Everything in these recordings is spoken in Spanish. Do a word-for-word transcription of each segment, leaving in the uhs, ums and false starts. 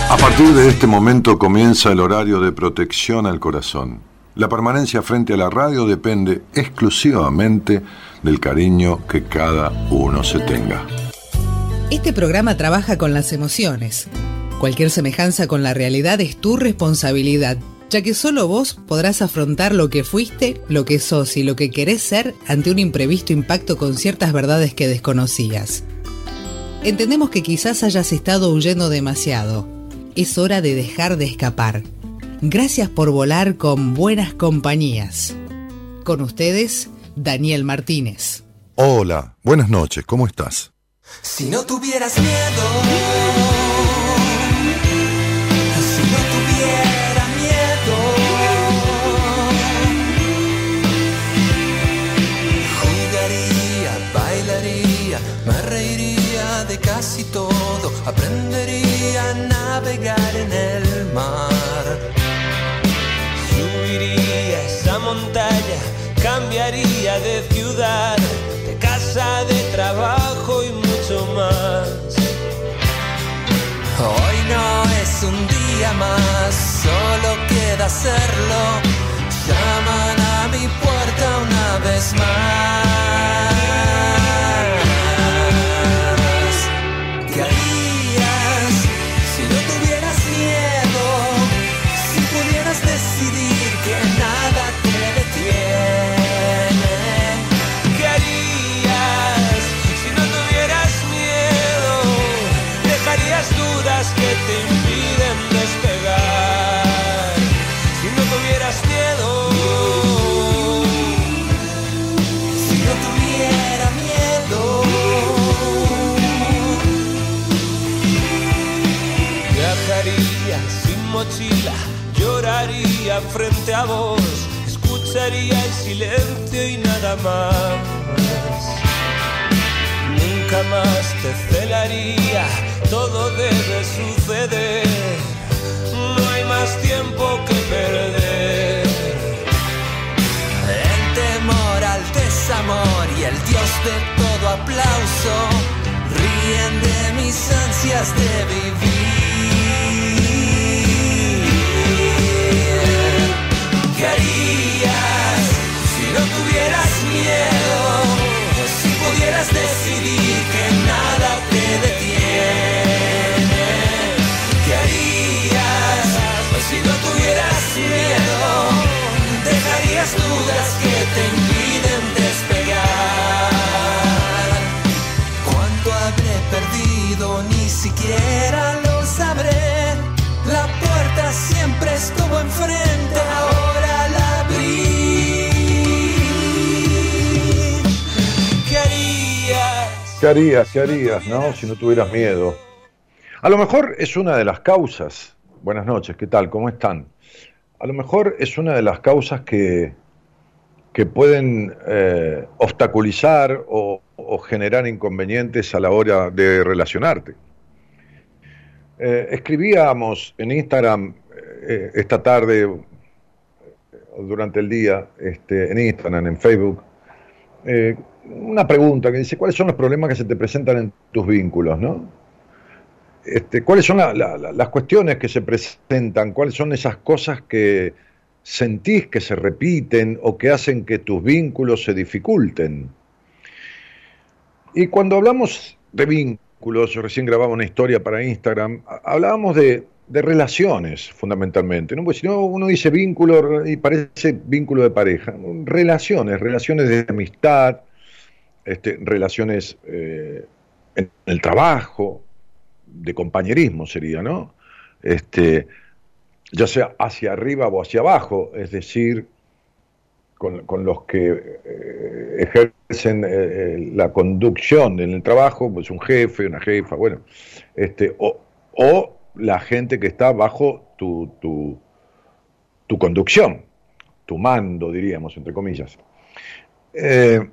A partir de este momento comienza el horario de protección al corazón. La permanencia frente a la radio depende exclusivamente del cariño que cada uno se tenga. Este programa trabaja con las emociones. Cualquier semejanza con la realidad es tu responsabilidad, ya que solo vos podrás afrontar lo que fuiste, lo que sos y lo que querés ser ante un imprevisto impacto con ciertas verdades que desconocías. Entendemos que quizás hayas estado huyendo demasiado. Es hora de dejar de escapar. Gracias por volar con buenas compañías. Con ustedes, Daniel Martínez. Hola, buenas noches, ¿cómo estás? Si no tuvieras miedo, si no tuviera miedo, jugaría, bailaría, me reiría de casi todo, aprendería a navegar en el mar. Subiría esa montaña, cambiaría de ciudad, de casa, de trabajo y mucho más. Hoy no es un día más, solo queda hacerlo. Llaman a mi puerta una vez más. ¿Qué harías si no tuvieras miedo? Si pudieras decidir que nada te detiene. ¿Qué harías si no tuvieras miedo? ¿Dejarías dudas que te impiden despegar? Si no tuvieras miedo. Si no tuviera miedo. Viajaría sin mochila, lloraría frente a vos, escucharía el silencio y nada más. Nunca más te celaría, todo debe suceder. No hay más tiempo que perder. El temor al desamor y el Dios de todo aplauso ríen de mis ansias de vivir. ¿Qué harías si no tuvieras miedo? Si pudieras decidir que nada te detiene. ¿Qué harías si no tuvieras miedo? Dejarías dudas que te impiden despegar. ¿Cuánto habré perdido? Ni siquiera lo sabré. La puerta siempre estuvo enfrente, ahora la abrí. ¿Qué harías? ¿Qué harías, qué harías, no? Si no tuvieras miedo. A lo mejor es una de las causas. Buenas noches, ¿qué tal? ¿Cómo están? A lo mejor es una de las causas que, que pueden eh, obstaculizar o, o generar inconvenientes a la hora de relacionarte. Eh, escribíamos en Instagram eh, esta tarde, durante el día, este, en Instagram, en Facebook, eh, una pregunta que dice: ¿cuáles son los problemas que se te presentan en tus vínculos, ¿no? Este, ¿cuáles son la, la, las cuestiones que se presentan? ¿Cuáles son esas cosas que sentís que se repiten o que hacen que tus vínculos se dificulten? Y cuando hablamos de vínculos, yo recién grababa una historia para Instagram, hablábamos de, de relaciones fundamentalmente, ¿no? Porque si no, uno dice vínculo y parece vínculo de pareja. Relaciones, relaciones de amistad, este, relaciones eh, en el trabajo, de compañerismo sería, ¿no? Este, ya sea hacia arriba o hacia abajo, es decir, con, con los que eh, ejercen eh, la conducción en el trabajo, pues un jefe, una jefa, bueno, este, o, o la gente que está bajo tu, tu, tu conducción, tu mando, diríamos, entre comillas. Eh,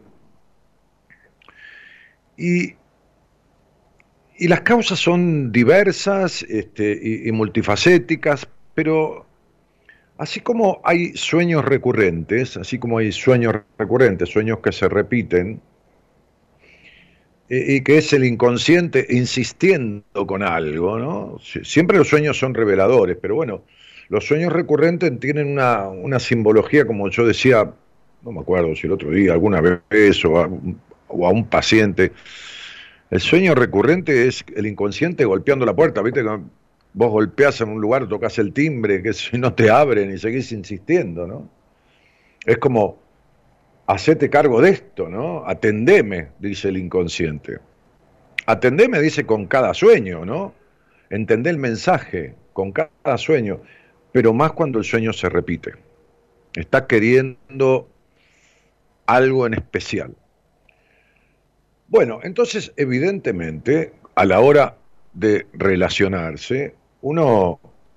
y Y las causas son diversas este, y, y multifacéticas, pero así como hay sueños recurrentes, así como hay sueños recurrentes, sueños que se repiten, y, y que es el inconsciente insistiendo con algo, ¿no? Siempre los sueños son reveladores, pero bueno, los sueños recurrentes tienen una, una simbología, como yo decía, no me acuerdo si el otro día, alguna vez, o a, o a un paciente. El sueño recurrente es el inconsciente golpeando la puerta, ¿viste? Vos golpeás en un lugar, tocas el timbre, que si no te abren y seguís insistiendo, ¿no? Es como, hacete cargo de esto, ¿no? Atendeme, dice el inconsciente. Atendeme, dice, con cada sueño, ¿no? Entendé el mensaje con cada sueño, pero más cuando el sueño se repite. Está queriendo algo en especial. Bueno, entonces, evidentemente, a la hora de relacionarse, uno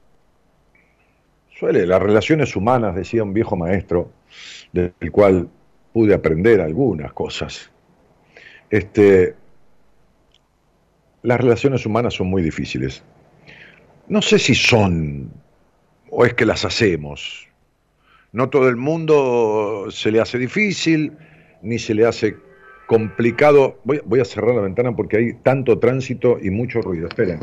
suele, las relaciones humanas, decía un viejo maestro, del cual pude aprender algunas cosas, este, las relaciones humanas son muy difíciles. No sé si son, o es que las hacemos. No todo el mundo se le hace difícil, ni se le hace complicado. Voy, voy a cerrar la ventana porque hay tanto tránsito y mucho ruido. Esperen.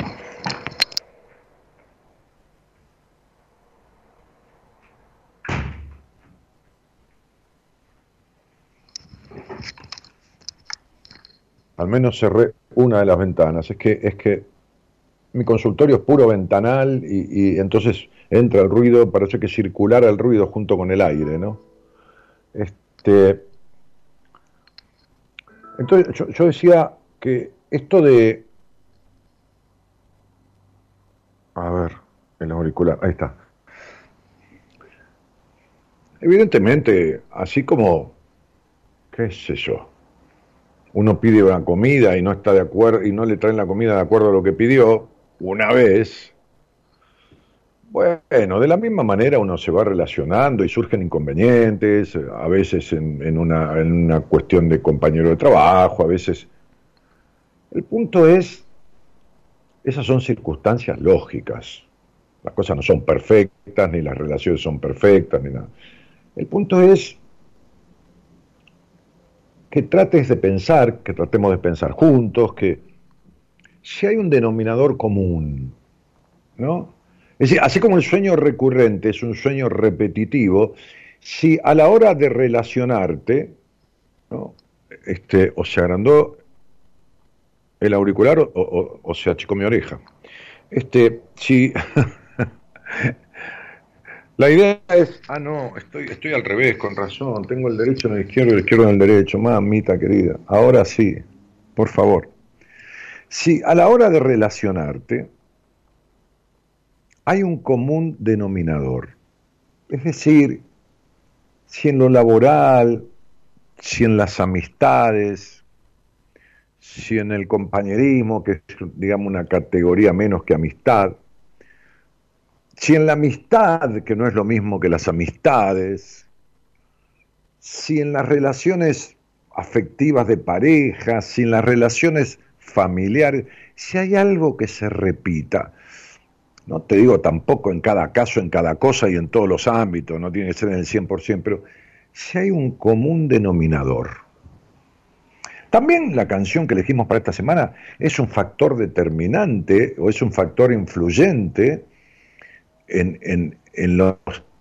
Al menos cerré una de las ventanas. Es que, es que mi consultorio es puro ventanal y, y entonces entra el ruido, parece que circulara el ruido junto con el aire, ¿no? Este, entonces yo, yo decía que esto de... A ver, el auricular, ahí está. Evidentemente, así como, qué sé yo, uno pide una comida y no está de acuerdo y no le traen la comida de acuerdo a lo que pidió una vez, bueno, de la misma manera uno se va relacionando y surgen inconvenientes, a veces en, en, una, en una cuestión de compañero de trabajo, a veces... El punto es, esas son circunstancias lógicas, las cosas no son perfectas, ni las relaciones son perfectas, ni nada. El punto es que trates de pensar, que tratemos de pensar juntos, que si hay un denominador común, ¿no? Es decir, así como el sueño recurrente es un sueño repetitivo, si a la hora de relacionarte, ¿no? este, o se agrandó el auricular o, o, o se achicó mi oreja. Este, si la idea es, ah no, estoy, estoy al revés, con razón, tengo el derecho en el izquierdo y el izquierdo en el derecho, mamita querida, ahora sí, por favor. Si a la hora de relacionarte hay un común denominador, es decir, si en lo laboral, si en las amistades, si en el compañerismo, que es, digamos, una categoría menos que amistad, si en la amistad, que no es lo mismo que las amistades, si en las relaciones afectivas de pareja, si en las relaciones familiares, si hay algo que se repita, no te digo tampoco en cada caso, en cada cosa y en todos los ámbitos, no tiene que ser en el cien por ciento, pero si hay un común denominador. También la canción que elegimos para esta semana es un factor determinante o es un factor influyente en, en, en los,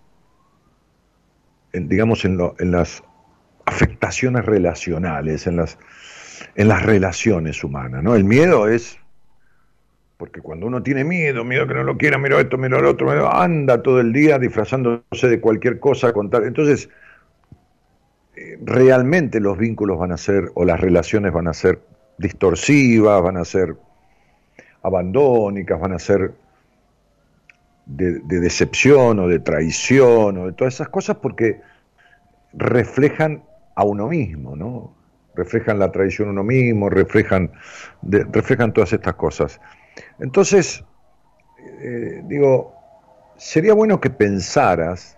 en, digamos, en, lo, en las afectaciones relacionales, en las, en las relaciones humanas, ¿no? El miedo es, porque cuando uno tiene miedo, miedo que no lo quiera, mira esto, mira lo otro, mira, anda todo el día disfrazándose de cualquier cosa, contar. Entonces, eh, realmente los vínculos van a ser, o las relaciones van a ser distorsivas, van a ser abandónicas, van a ser de, de decepción o de traición o de todas esas cosas, porque reflejan a uno mismo, ¿no? Reflejan la traición a uno mismo, reflejan, de, reflejan todas estas cosas. Entonces, eh, digo, sería bueno que pensaras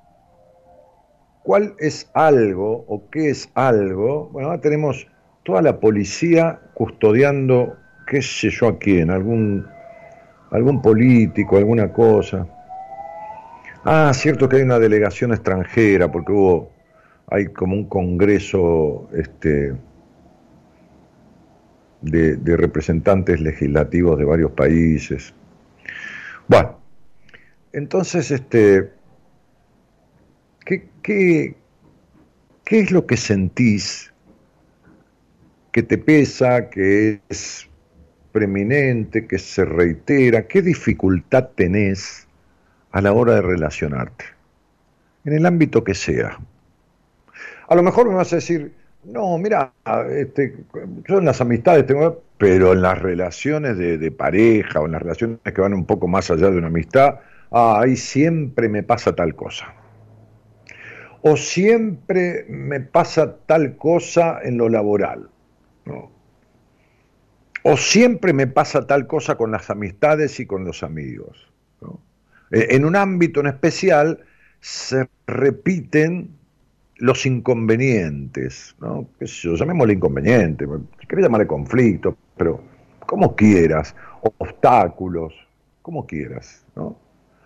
cuál es algo o qué es algo. Bueno, ahora tenemos toda la policía custodiando, qué sé yo a quién, algún, algún político, alguna cosa. Ah, cierto que hay una delegación extranjera, porque hubo, hay como un congreso, este... de, de representantes legislativos de varios países. Bueno, entonces, este, ¿qué, qué, qué es lo que sentís que te pesa, que es preeminente, que se reitera? ¿Qué dificultad tenés a la hora de relacionarte? En el ámbito que sea. A lo mejor me vas a decir, no, mira, este, yo en las amistades tengo, pero en las relaciones de, de pareja o en las relaciones que van un poco más allá de una amistad, ah, ahí siempre me pasa tal cosa. O siempre me pasa tal cosa en lo laboral, ¿no? O siempre me pasa tal cosa con las amistades y con los amigos, ¿no? En un ámbito en especial se repiten los inconvenientes, ¿no? ¿Qué sé yo? Llamémosle inconveniente, si querés llamarle conflicto, pero como quieras, obstáculos, como quieras, ¿no?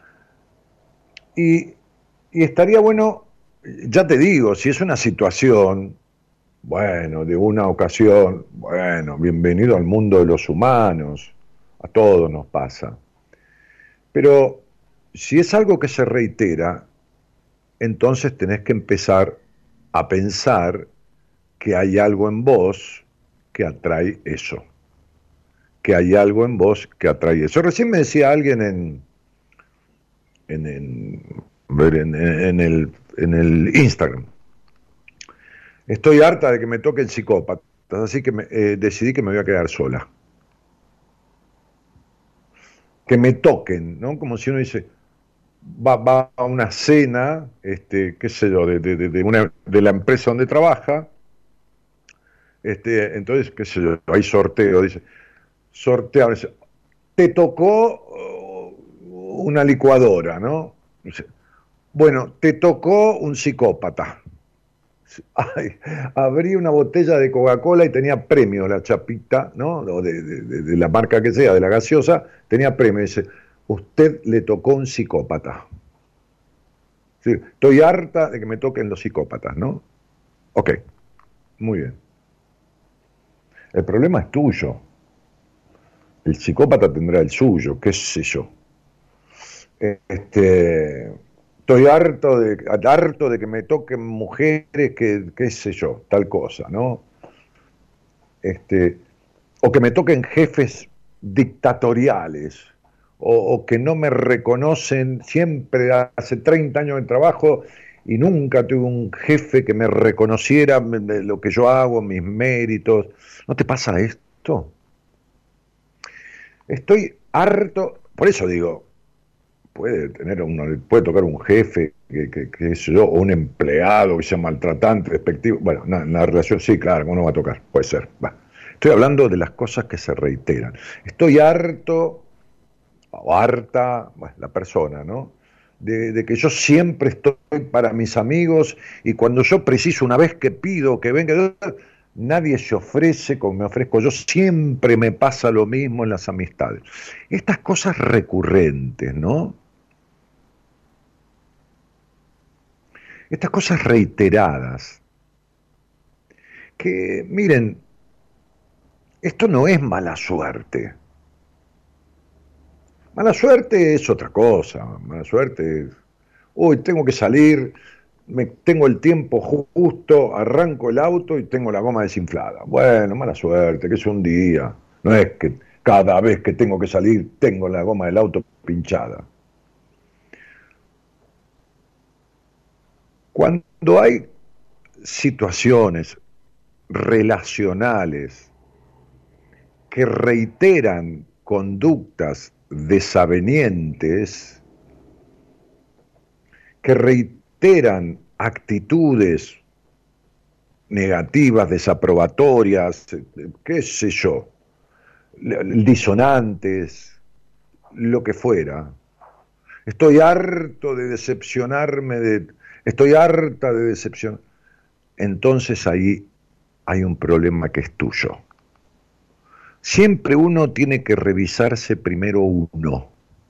Y, y estaría bueno, ya te digo, si es una situación, bueno, de una ocasión, bueno, bienvenido al mundo de los humanos, a todos nos pasa. Pero si es algo que se reitera, entonces tenés que empezar a pensar que hay algo en vos que atrae eso. Que hay algo en vos que atrae eso. Recién me decía alguien en, en, en, en, en, el, en el Instagram: estoy harta de que me toquen psicópatas, así que me, eh, decidí que me voy a quedar sola. Que me toquen, ¿no? Como si uno dice, va, va a una cena, este, qué sé yo, de, de, de, una, de la empresa donde trabaja, este, entonces, qué sé yo, hay sorteo, dice, sorteo, dice, te tocó una licuadora, ¿no? Dice, bueno, te tocó un psicópata. Ay, abrí una botella de Coca-Cola y tenía premio la chapita, ¿no? De, de, de, de la marca que sea, de la gaseosa, tenía premio. Dice, usted le tocó un psicópata. Sí, estoy harta de que me toquen los psicópatas, ¿no? Ok, muy bien. El problema es tuyo. El psicópata tendrá el suyo, qué sé yo. Este... Estoy harto de, harto de que me toquen mujeres que, qué sé yo, tal cosa, ¿no? Este, o que me toquen jefes dictatoriales, o, o que no me reconocen, siempre hace treinta años de trabajo y nunca tuve un jefe que me reconociera lo que yo hago, mis méritos. ¿No te pasa esto? Estoy harto, por eso digo, puede tener uno, puede tocar un jefe que, que, que sé yo, o un empleado que sea maltratante, despectivo. Bueno, en la relación sí, claro, uno va a tocar, puede ser. Va. Estoy hablando de las cosas que se reiteran. Estoy harto, o harta, bueno, la persona, ¿no? De, de que yo siempre estoy para mis amigos y cuando yo preciso, una vez que pido que venga, nadie se ofrece como me ofrezco yo, siempre me pasa lo mismo en las amistades. Estas cosas recurrentes, ¿no? Estas cosas reiteradas, que miren, esto no es mala suerte. Mala suerte es otra cosa, mala suerte es, uy, tengo que salir, me, tengo el tiempo justo, arranco el auto y tengo la goma desinflada. Bueno, mala suerte, que es un día, no es que cada vez que tengo que salir tengo la goma del auto pinchada. Cuando hay situaciones relacionales que reiteran conductas desavenientes, que reiteran actitudes negativas, desaprobatorias, qué sé yo, disonantes, lo que fuera. Estoy harto de decepcionarme, de, estoy harta de decepción. Entonces ahí hay un problema que es tuyo. Siempre uno tiene que revisarse primero uno.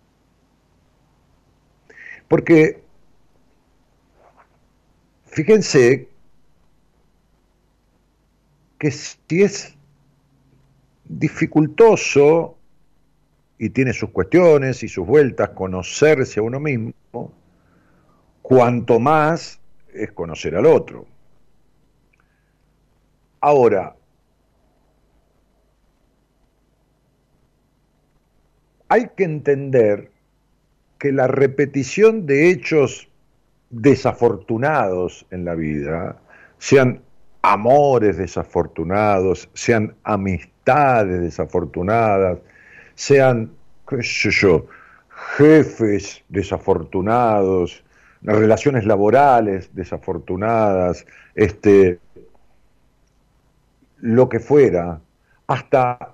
Porque, fíjense que si es dificultoso, y tiene sus cuestiones y sus vueltas, conocerse a uno mismo, cuanto más es conocer al otro. Ahora, hay que entender que la repetición de hechos desafortunados en la vida, sean amores desafortunados, sean amistades desafortunadas, sean, qué sé yo, jefes desafortunados, relaciones laborales desafortunadas, este, lo que fuera, hasta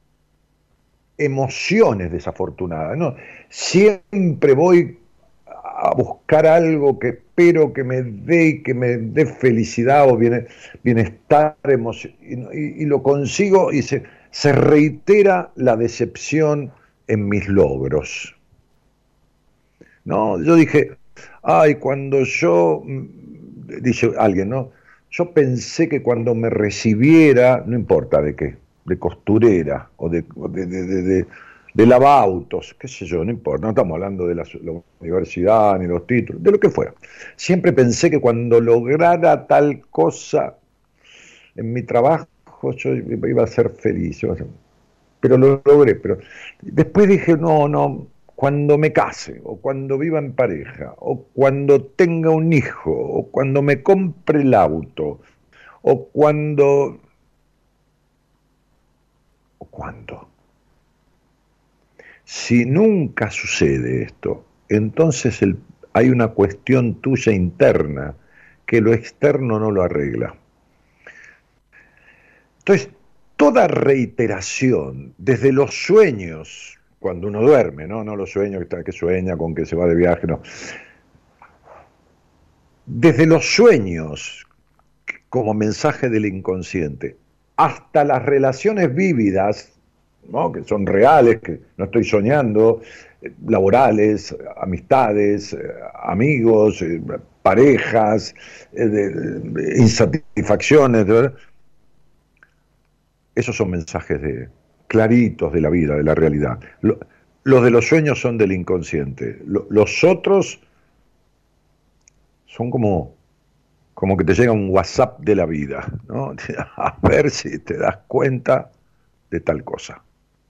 emociones desafortunadas, ¿no? Siempre voy a buscar algo que espero que me dé y que me dé felicidad o bienestar emocional, y, y lo consigo y se, se reitera la decepción en mis logros. No, yo dije, ay, cuando yo, dice alguien, ¿no? Yo pensé que cuando me recibiera, no importa de qué, de costurera o de, de, de, de, de, de lavautos, qué sé yo, no importa, no estamos hablando de la, la universidad ni los títulos, de lo que fuera. Siempre pensé que cuando lograra tal cosa en mi trabajo, yo iba a ser feliz, iba a ser, pero lo logré. Pero después dije, no, no, cuando me case, o cuando viva en pareja, o cuando tenga un hijo, o cuando me compre el auto, o cuando... ¿O cuándo? Si nunca sucede esto, entonces el, hay una cuestión tuya interna que lo externo no lo arregla. Entonces, toda reiteración, desde los sueños, cuando uno duerme, no, no los sueños que, que sueña con que se va de viaje, no. Desde los sueños, como mensaje del inconsciente, hasta las relaciones vívidas, ¿no? Que son reales, que no estoy soñando, laborales, amistades, amigos, parejas, insatisfacciones, ¿verdad? Esos son mensajes de, claritos de la vida, de la realidad. Lo, los de los sueños son del inconsciente. Lo, los otros son como, como que te llega un WhatsApp de la vida, ¿no? A ver si te das cuenta de tal cosa.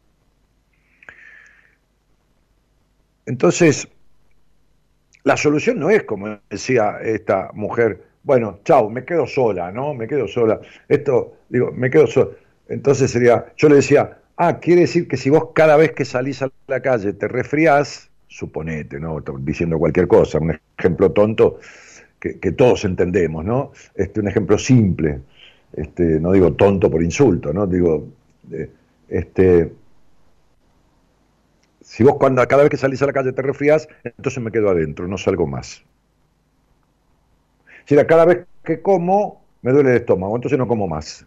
Entonces, la solución no es como decía esta mujer, bueno, chau, me quedo sola, ¿no? Me quedo sola. Esto, digo, me quedo sola. Entonces sería, yo le decía, ah, quiere decir que si vos cada vez que salís a la calle te resfriás, suponete, ¿no? Estoy diciendo cualquier cosa, un ejemplo tonto que, que todos entendemos, ¿no? Este, un ejemplo simple, este, no digo tonto por insulto, ¿no? Digo, eh, este, si vos cuando, cada vez que salís a la calle te resfriás, entonces me quedo adentro, no salgo más. Si era cada vez que como, me duele el estómago, entonces no como más.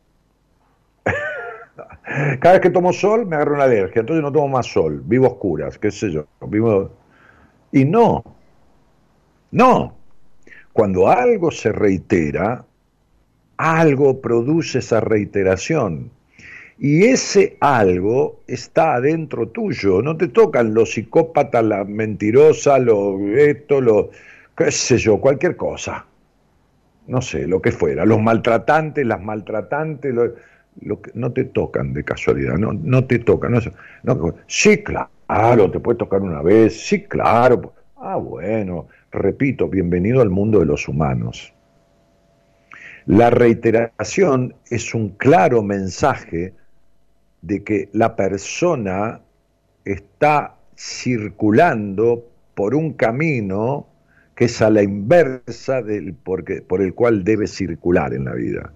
Cada vez que tomo sol me agarro una alergia, entonces no tomo más sol, vivo a oscuras, qué sé yo, vivo... Y no, no, cuando algo se reitera, algo produce esa reiteración, y ese algo está adentro tuyo, no te tocan los psicópatas, la mentirosa, lo esto, lo qué sé yo, cualquier cosa, no sé, lo que fuera, los maltratantes, las maltratantes, lo... Lo que no te tocan de casualidad, no, no te tocan. No, no, sí, claro, te puede tocar una vez, sí, claro. Ah, bueno, repito, bienvenido al mundo de los humanos. La reiteración es un claro mensaje de que la persona está circulando por un camino que es a la inversa del porque, por el cual debe circular en la vida.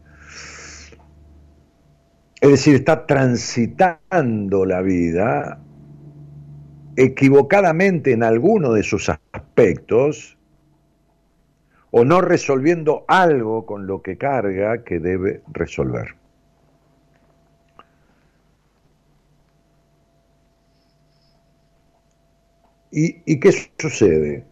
Es decir, está transitando la vida equivocadamente en alguno de sus aspectos o no resolviendo algo con lo que carga que debe resolver. ¿Y, y qué sucede?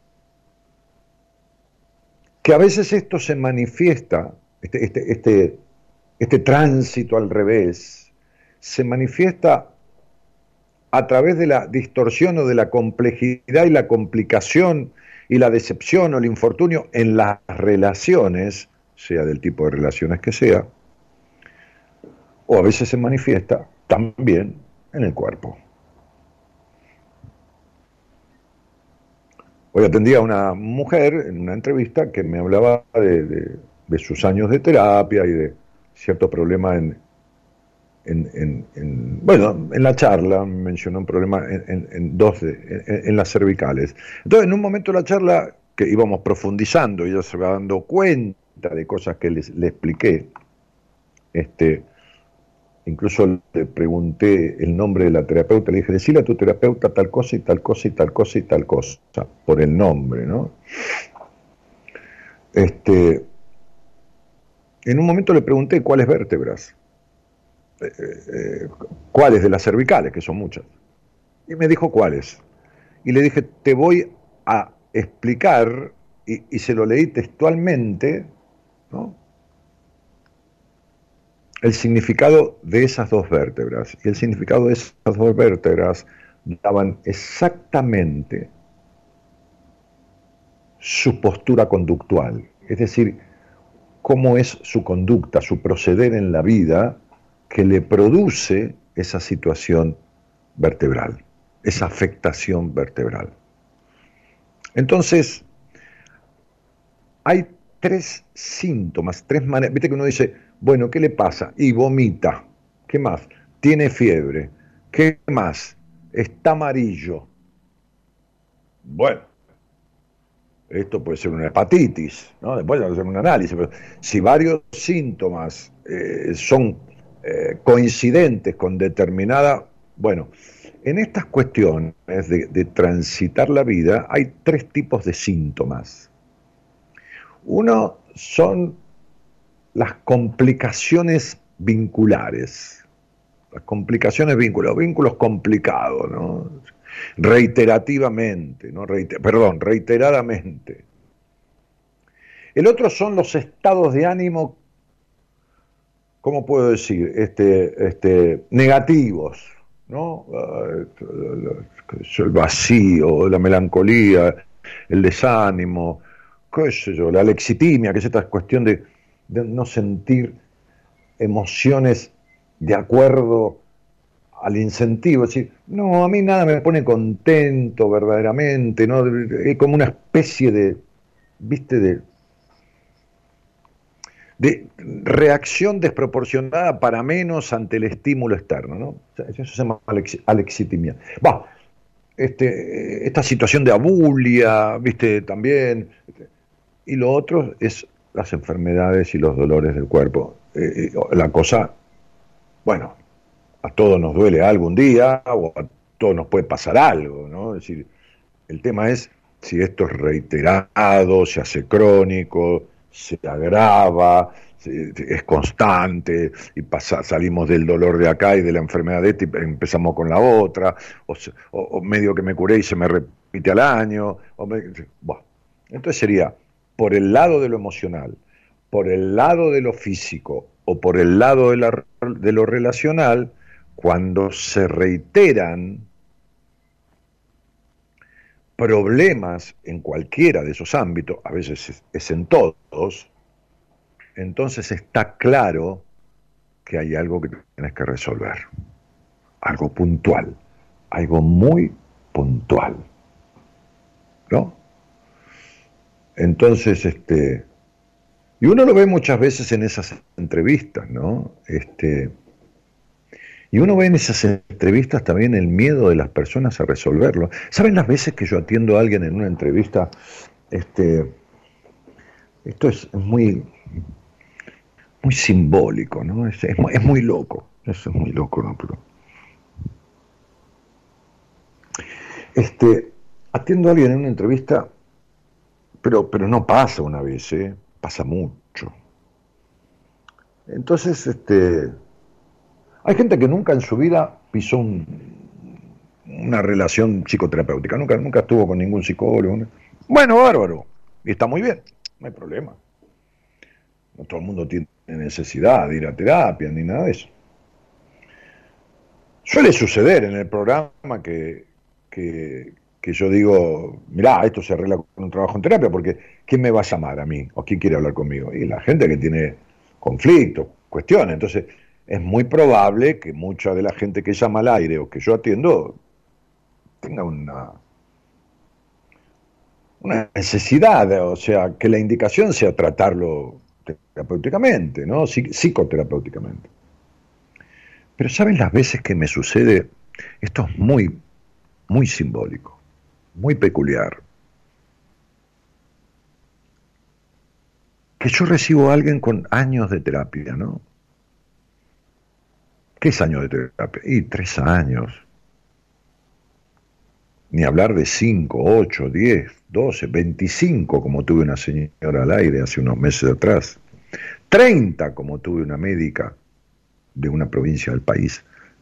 Que a veces esto se manifiesta, este... este, este Este tránsito al revés se manifiesta a través de la distorsión o de la complejidad y la complicación y la decepción o el infortunio en las relaciones, sea del tipo de relaciones que sea, o a veces se manifiesta también en el cuerpo. Hoy atendí a una mujer en una entrevista que me hablaba de, de, de sus años de terapia y de cierto problema en, en, en, en bueno, en la charla mencionó un problema en, en, en dos de, en, en las cervicales. Entonces, en un momento de la charla que íbamos profundizando y ella se va dando cuenta de cosas que les, le expliqué, este, incluso le pregunté el nombre de la terapeuta, le dije, decile a tu terapeuta tal cosa y tal cosa y tal cosa y tal cosa, por el nombre, ¿no? Este, en un momento le pregunté cuáles vértebras, eh, eh, cuáles de las cervicales, que son muchas, y me dijo cuáles. Y le dije, te voy a explicar, y, y se lo leí textualmente, ¿no?, el significado de esas dos vértebras. Y el significado de esas dos vértebras daban exactamente su postura conductual, es decir, cómo es su conducta, su proceder en la vida que le produce esa situación vertebral, esa afectación vertebral. Entonces, hay tres síntomas, tres maneras. Viste que uno dice, bueno, ¿qué le pasa? Y vomita. ¿Qué más? Tiene fiebre. ¿Qué más? Está amarillo. Bueno, esto puede ser una hepatitis, ¿no? Después hay que hacer un análisis. Pero si varios síntomas eh, son eh, coincidentes con determinada... Bueno, en estas cuestiones de, de transitar la vida hay tres tipos de síntomas. Uno son las complicaciones vinculares, las complicaciones vinculares, vínculos complicados, ¿no? Reiterativamente, ¿no? Reiter, perdón, reiteradamente. El otro son los estados de ánimo, ¿cómo puedo decir? Este, este, negativos, ¿no? El vacío, la melancolía, el desánimo, qué sé yo, la lexitimia, que es esta cuestión de, de no sentir emociones de acuerdo al incentivo, es decir, no, a mí nada me pone contento verdaderamente, ¿no? Es como una especie de, viste, de, de reacción desproporcionada para menos ante el estímulo externo, ¿no? Eso se llama alex, alexitimia. Va, este, esta situación de abulia, viste, también. Y lo otro es las enfermedades y los dolores del cuerpo. Eh, la cosa, bueno, a todos nos duele algo un día, o a todos nos puede pasar algo, ¿no? Es decir, el tema es si esto es reiterado, se hace crónico, se agrava, se, es constante, y pasa, salimos del dolor de acá y de la enfermedad de este y empezamos con la otra, o, o, o medio que me curé y se me repite al año. O me, bueno, entonces sería por el lado de lo emocional, por el lado de lo físico o por el lado de, la, de lo relacional, cuando se reiteran problemas en cualquiera de esos ámbitos, a veces es, es en todos, entonces está claro que hay algo que tienes que resolver, algo puntual, algo muy puntual, ¿no? Entonces, este, y uno lo ve muchas veces en esas entrevistas, ¿no? Este, y uno ve en esas entrevistas también el miedo de las personas a resolverlo. ¿Saben las veces que yo atiendo a alguien en una entrevista? Este, esto es muy, muy simbólico, ¿no? Es, es, es muy loco, eso es muy loco, ¿no? Pero, este, atiendo a alguien en una entrevista. Pero, pero no pasa una vez, ¿eh? Pasa mucho. Entonces, este, hay gente que nunca en su vida pisó un, una relación psicoterapéutica, nunca, nunca estuvo con ningún psicólogo. Bueno, bárbaro, y está muy bien, no hay problema. No todo el mundo tiene necesidad de ir a terapia ni nada de eso. Suele suceder en el programa que, que, que yo digo, mirá, esto se arregla con un trabajo en terapia, porque ¿quién me va a llamar a mí? ¿O quién quiere hablar conmigo? Y la gente que tiene conflictos, cuestiones. Entonces, es muy probable que mucha de la gente que llama al aire o que yo atiendo tenga una, una necesidad, o sea, que la indicación sea tratarlo terapéuticamente, ¿no? Psicoterapéuticamente. Pero ¿saben las veces que me sucede? Esto es muy, muy simbólico, muy peculiar. Que yo recibo a alguien con años de terapia, ¿no? ¿Qué es años de terapia? Y tres años. Ni hablar de cinco, ocho, diez, doce, veinticinco, como tuve una señora al aire hace unos meses atrás. treinta, como tuve una médica de una provincia del país.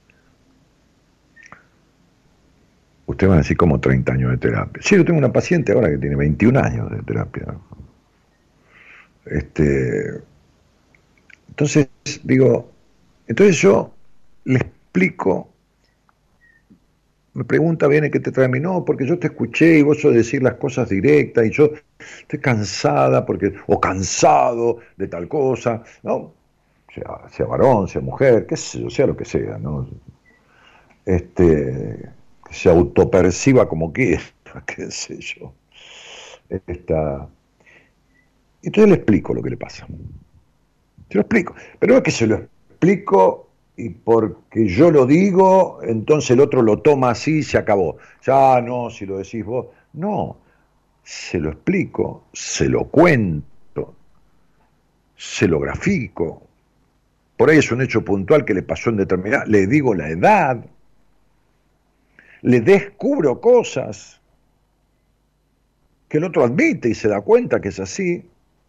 Ustedes van a decir como treinta años de terapia. Sí, yo tengo una paciente ahora que tiene veintiún años de terapia. Este, entonces, digo, entonces yo le explico, me pregunta, viene, ¿qué te trae a mí? No, porque yo te escuché y vos sos decir las cosas directas y yo estoy cansada porque, o cansado de tal cosa, ¿no? Sea, sea varón, sea mujer, qué sé yo, sea lo que sea, ¿no? Este, que se autoperciba como quiera, qué sé yo. Esta... Entonces le explico lo que le pasa. Se lo explico. Pero no es que se lo explico y porque yo lo digo, entonces el otro lo toma así y se acabó. Ya no, si lo decís vos. No, se lo explico, se lo cuento, se lo grafico. Por ahí es un hecho puntual que le pasó en determinada, le digo la edad, le descubro cosas que el otro admite y se da cuenta que es así.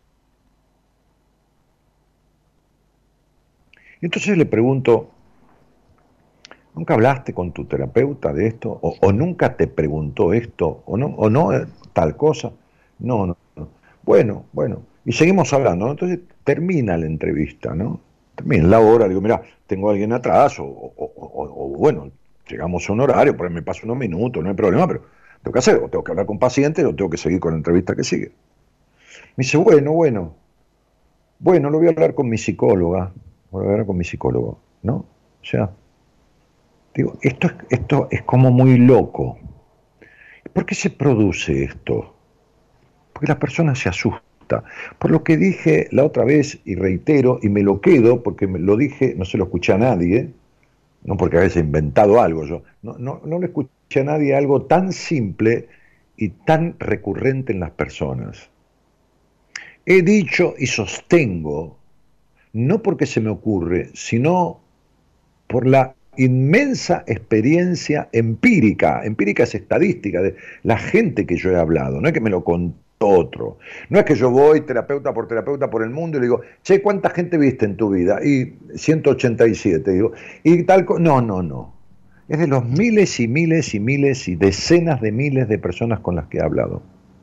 Y entonces le pregunto, ¿nunca hablaste con tu terapeuta de esto? ¿O, o nunca te preguntó esto? ¿O no, o no tal cosa? No, no, no. Bueno, bueno. Y seguimos hablando, ¿no? Entonces termina la entrevista, ¿no? Termina la hora, digo, mira, tengo a alguien atrás, o, o, o, o bueno, llegamos a un horario, por ahí me paso unos minutos, no hay problema, pero tengo que hacer, o tengo que hablar con pacientes, o tengo que seguir con la entrevista que sigue. Me dice, bueno, bueno, bueno, lo voy a hablar con mi psicóloga, voy a hablar con mi psicólogo, ¿no? O sea, digo, esto es, esto es como muy loco. ¿Por qué se produce esto? Porque la persona se asusta. Por lo que dije la otra vez, y reitero, y me lo quedo, porque me lo dije, no se lo escuché a nadie, no porque haya inventado algo yo, no, no, no le escuché a nadie algo tan simple y tan recurrente en las personas. He dicho y sostengo, no porque se me ocurre, sino por la inmensa experiencia empírica, empírica es estadística, de la gente que yo he hablado, no es que me lo contó otro, no es que yo voy terapeuta por terapeuta por el mundo y le digo, che, ¿cuánta gente viste en tu vida? Y ciento ochenta y siete, digo, y tal cosa, no, no, no, es de los miles y miles y miles y decenas de miles de personas con las que he hablado.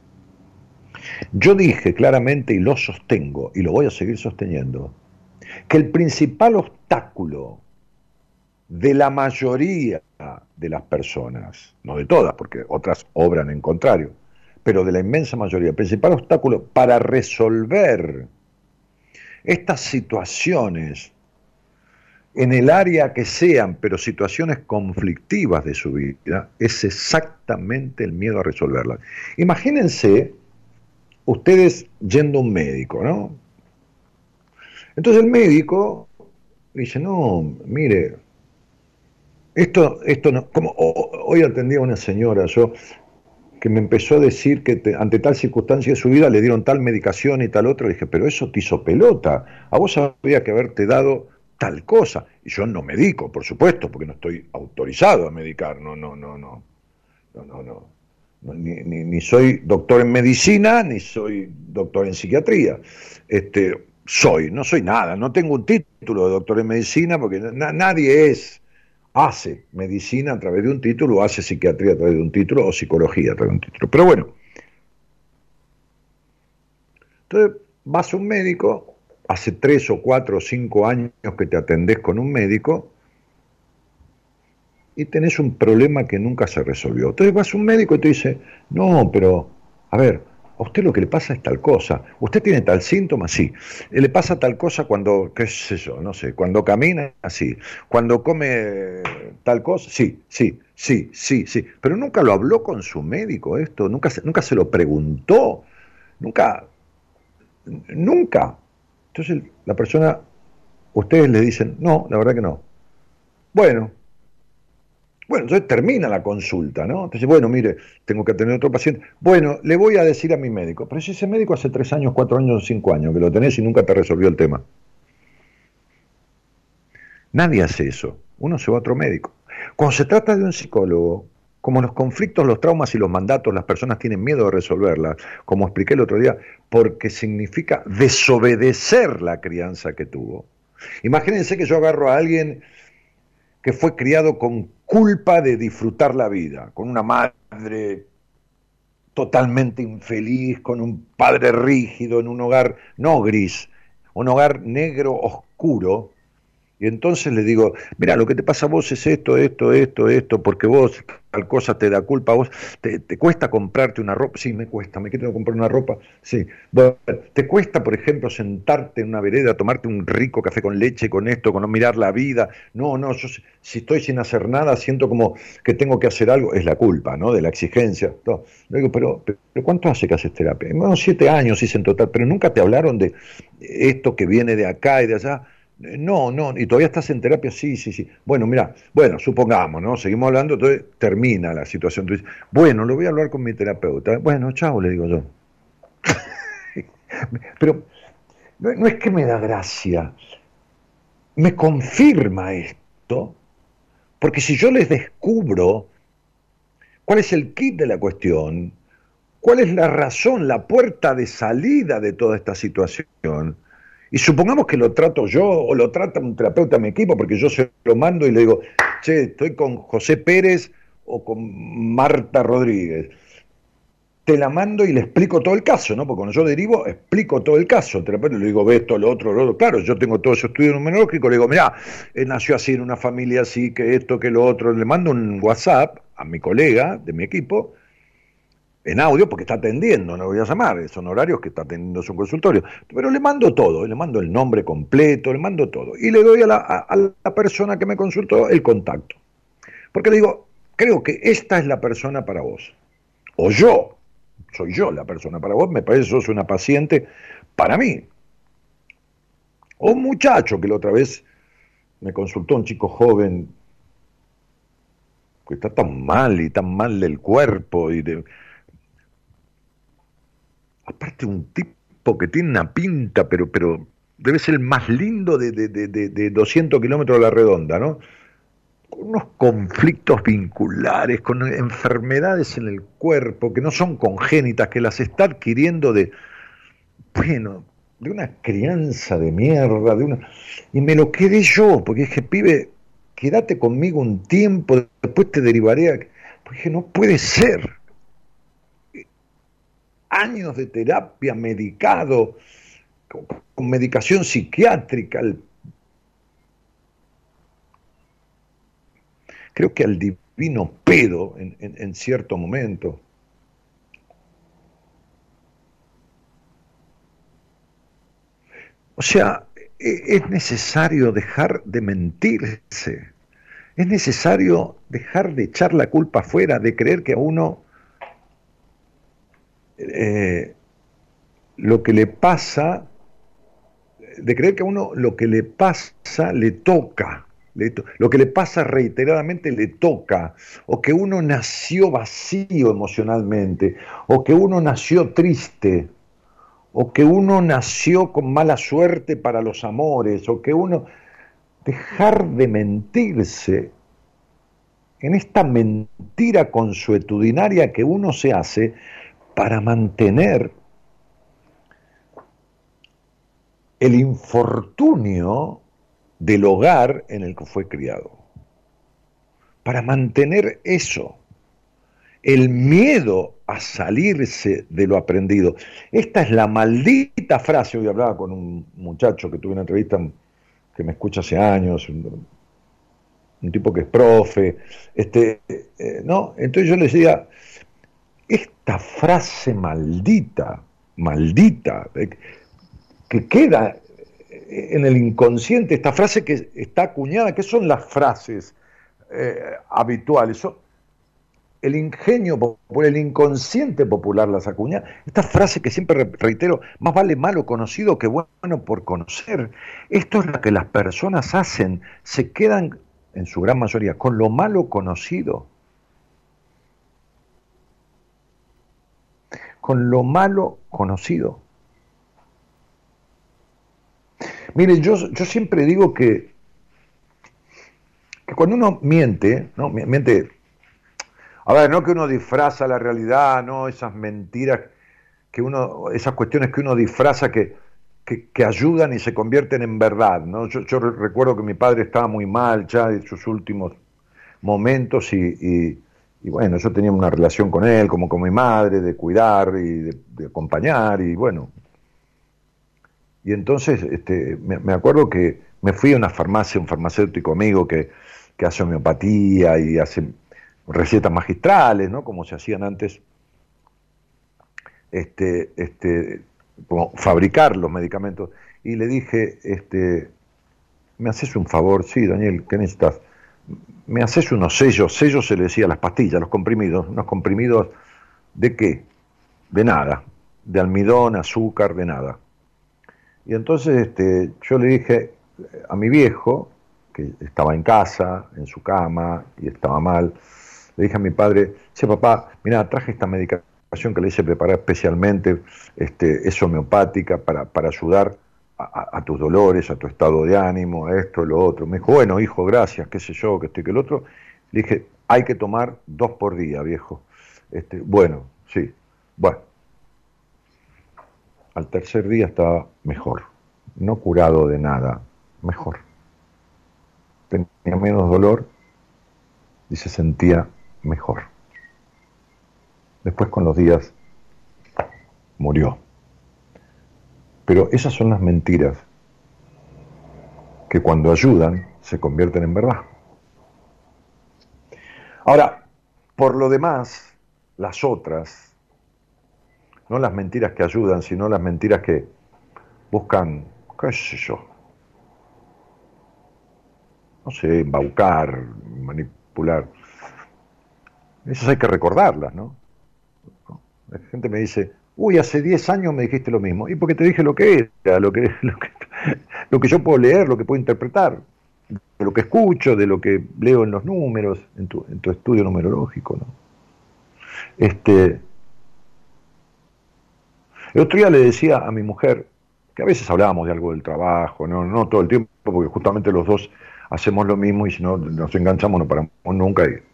Yo dije claramente y lo sostengo, y lo voy a seguir sosteniendo, que el principal obstáculo de la mayoría de las personas, no de todas, porque otras obran en contrario, pero de la inmensa mayoría, el principal obstáculo para resolver estas situaciones en el área que sean, pero situaciones conflictivas de su vida, es exactamente el miedo a resolverlas. Imagínense ustedes yendo a un médico, ¿no? Entonces el médico dice, no, mire, esto, esto no, como hoy atendí a una señora yo que me empezó a decir que te, ante tal circunstancia de su vida le dieron tal medicación y tal otra, le dije, pero eso te hizo pelota, a vos habría que haberte dado tal cosa, y yo no medico, por supuesto, porque no estoy autorizado a medicar, no, no, no, no, no, no, no, no ni, ni, ni soy doctor en medicina, ni soy doctor en psiquiatría, este, soy, no soy nada, no tengo un título de doctor en medicina, porque na, nadie es, hace medicina a través de un título, o hace psiquiatría a través de un título, o psicología a través de un título. Pero bueno, entonces vas a un médico, hace tres o cuatro o cinco años que te atendés con un médico, y tenés un problema que nunca se resolvió. Entonces vas a un médico y te dice, no, pero, a ver, a usted lo que le pasa es tal cosa, usted tiene tal síntoma, sí, le pasa tal cosa cuando, qué sé yo, no sé, cuando camina, sí, cuando come tal cosa, sí, sí, sí, sí, sí, pero nunca lo habló con su médico esto, nunca, nunca se lo preguntó, nunca, nunca. Entonces la persona, ustedes le dicen, no, la verdad que no. Bueno, bueno, entonces termina la consulta, ¿no? Entonces, bueno, mire, tengo que tener otro paciente. Bueno, le voy a decir a mi médico, pero si ese médico hace tres años, cuatro años, cinco años que lo tenés y nunca te resolvió el tema. Nadie hace eso, uno se va a otro médico. Cuando se trata de un psicólogo, como los conflictos, los traumas y los mandatos, las personas tienen miedo de resolverlas, como expliqué el otro día, porque significa desobedecer la crianza que tuvo. Imagínense que yo agarro a alguien que fue criado con culpa de disfrutar la vida, con una madre totalmente infeliz, con un padre rígido, en un hogar no gris, un hogar negro oscuro. Y entonces le digo, mira, lo que te pasa a vos es esto, esto, esto, esto, porque vos tal cosa te da culpa, a vos te, te cuesta comprarte una ropa, sí, me cuesta, me quiero comprar una ropa, sí, bueno, te cuesta, por ejemplo, sentarte en una vereda, tomarte un rico café con leche, con esto, con no mirar la vida, no, no, yo si estoy sin hacer nada, siento como que tengo que hacer algo, es la culpa, ¿no?, de la exigencia. No, le digo, pero, pero ¿cuánto hace que haces terapia? Bueno, siete años hice en total, pero nunca te hablaron de esto que viene de acá y de allá. No, no, y todavía estás en terapia, sí, sí, sí. Bueno, mira, bueno, supongamos, ¿no? Seguimos hablando, entonces termina la situación. Entonces, bueno, lo voy a hablar con mi terapeuta. Bueno, chao, le digo yo. Pero no, no es que me da gracia, me confirma esto, porque si yo les descubro cuál es el kit de la cuestión, cuál es la razón, la puerta de salida de toda esta situación, y supongamos que lo trato yo o lo trata un terapeuta de mi equipo, porque yo se lo mando y le digo, che, estoy con José Pérez o con Marta Rodríguez. Te la mando y le explico todo el caso, ¿no? Porque cuando yo derivo, explico todo el caso. El terapeuta le digo, ve esto, lo otro, lo otro. Claro, yo tengo todo ese estudio numerológico, le digo, mirá, él nació así en una familia así, que esto, que lo otro. Le mando un WhatsApp a mi colega de mi equipo, en audio, porque está atendiendo, no lo voy a llamar, son horarios que está atendiendo su consultorio, pero le mando todo, le mando el nombre completo, le mando todo, y le doy a la, a, a la persona que me consultó el contacto, porque le digo, creo que esta es la persona para vos, o yo, soy yo la persona para vos, me parece que sos una paciente para mí, o un muchacho que la otra vez me consultó, un chico joven, que está tan mal y tan mal del cuerpo, y de... aparte un tipo que tiene una pinta, pero pero debe ser el más lindo de, de, de, de doscientos kilómetros de la redonda, ¿no? Con unos conflictos vinculares, con enfermedades en el cuerpo que no son congénitas, que las está adquiriendo de, bueno, de una crianza de mierda, de una... y me lo quedé yo, porque dije, pibe, quédate conmigo un tiempo, después te derivaré a... Porque dije, no puede ser. Años de terapia, medicado, con, con medicación psiquiátrica. El... Creo que al divino pedo en, en, en cierto momento. O sea, es necesario dejar de mentirse, es necesario dejar de echar la culpa afuera, de creer que a uno eh, lo que le pasa, de creer que a uno lo que le pasa le toca, le to- lo que le pasa reiteradamente le toca, o que uno nació vacío emocionalmente, o que uno nació triste, o que uno nació con mala suerte para los amores, o que uno... Dejar de mentirse en esta mentira consuetudinaria que uno se hace para mantener el infortunio del hogar en el que fue criado, para mantener eso, el miedo a salirse de lo aprendido. Esta es la maldita frase. Hoy hablaba con un muchacho que tuve una entrevista que me escucha hace años, un tipo que es profe, este, eh, ¿no? Entonces yo le decía, esta frase maldita, maldita, eh, que queda en el inconsciente, esta frase que está acuñada, ¿qué son las frases eh, habituales? Son el ingenio popular, el inconsciente popular las acuña. Esta frase que siempre reitero, más vale malo conocido que bueno por conocer. Esto es lo que las personas hacen, se quedan, en su gran mayoría, con lo malo conocido. Con lo malo conocido. Mire, yo, yo siempre digo que, que cuando uno miente, ¿no? Miente, a ver, no que uno disfraza la realidad, no esas mentiras, que uno, esas cuestiones que uno disfraza que, que, que ayudan y se convierten en verdad, ¿no? Yo, yo recuerdo que mi padre estaba muy mal ya en sus últimos momentos y, y, y bueno, yo tenía una relación con él, como con mi madre, de cuidar y de, de acompañar y bueno. Y entonces este, me, me acuerdo que me fui a una farmacia, un farmacéutico amigo que, que hace homeopatía y hace recetas magistrales, ¿no? Como se hacían antes, este, este, como fabricar los medicamentos. Y le dije, este, ¿me haces un favor? Sí, Daniel, ¿qué necesitas? ¿Me haces unos sellos? Sellos se le decía a las pastillas, los comprimidos. ¿Unos comprimidos de qué? De nada. De almidón, azúcar, de nada. Y entonces este, yo le dije a mi viejo, que estaba en casa, en su cama, y estaba mal, le dije a mi padre, sí, papá, mira, traje esta medicación que le hice preparar especialmente, este, es homeopática para, para ayudar a, a, a tus dolores, a tu estado de ánimo, a esto, lo otro. Me dijo, bueno, hijo, gracias, qué sé yo, que estoy que el otro. Le dije, hay que tomar dos por día, viejo. Este, bueno, sí, bueno. Al tercer día estaba mejor, no curado de nada, mejor. Tenía menos dolor y se sentía mejor. Después con los días murió. Pero esas son las mentiras que cuando ayudan se convierten en verdad. Ahora, por lo demás, las otras, no las mentiras que ayudan, sino las mentiras que buscan, qué sé yo, no sé, embaucar, manipular. Esas hay que recordarlas, ¿no? La gente me dice, uy, hace diez años me dijiste lo mismo. Y porque te dije lo que era, lo que, lo que, lo que yo puedo leer, lo que puedo interpretar, de lo que escucho, de lo que leo en los números, en tu, en tu estudio numerológico, ¿no? Este... El otro día le decía a mi mujer, que a veces hablábamos de algo del trabajo, no, no todo el tiempo, porque justamente los dos hacemos lo mismo y si no nos enganchamos no paramos nunca. Y,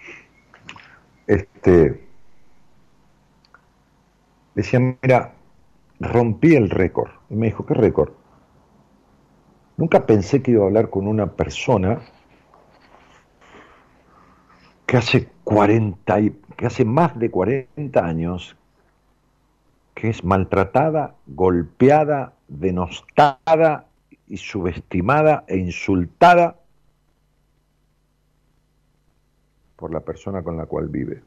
este, decía, mira, rompí el récord. Y me dijo, ¿qué récord? Nunca pensé que iba a hablar con una persona que hace cuarenta y, que hace más de cuarenta años que es maltratada, golpeada, denostada y subestimada e insultada por la persona con la cual vive.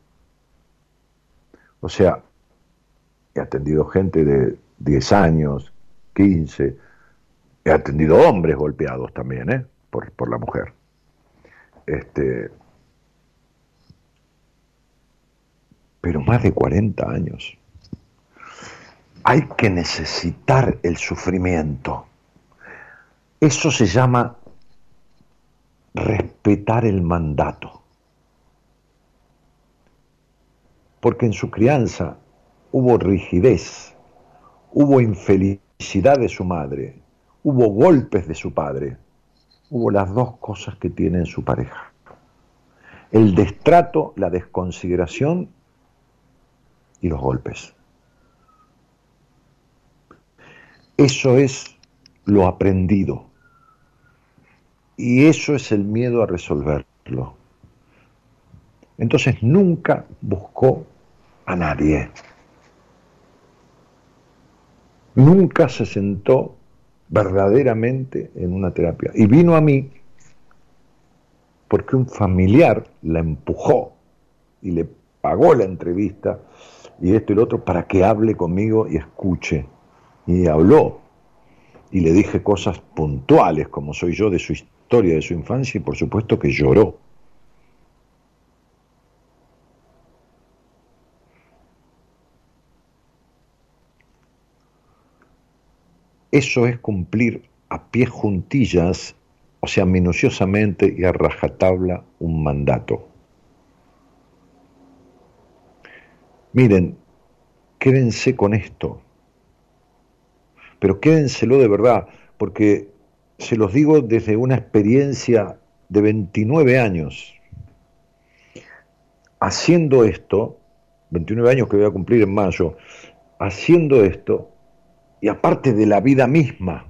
O sea, he atendido gente de diez años, quince, he atendido hombres golpeados también, ¿eh? por, por la mujer. Este, pero más de cuarenta años. Hay que necesitar el sufrimiento. Eso se llama respetar el mandato. Porque en su crianza hubo rigidez, hubo infelicidad de su madre, hubo golpes de su padre, hubo las dos cosas que tiene en su pareja. El destrato, la desconsideración y los golpes. Eso es lo aprendido. Y eso es el miedo a resolverlo. Entonces nunca buscó a nadie. Nunca se sentó verdaderamente en una terapia. Y vino a mí porque un familiar la empujó y le pagó la entrevista y esto y lo otro para que hable conmigo y escuche. Y habló. Y le dije cosas puntuales, como soy yo, de su historia, de su infancia, y por supuesto que lloró. Eso es cumplir a pies juntillas, o sea, minuciosamente y a rajatabla, un mandato. Miren, quédense con esto, pero quédenselo de verdad, porque se los digo desde una experiencia de veintinueve años. Haciendo esto, veintinueve años que voy a cumplir en mayo, haciendo esto, y aparte de la vida misma,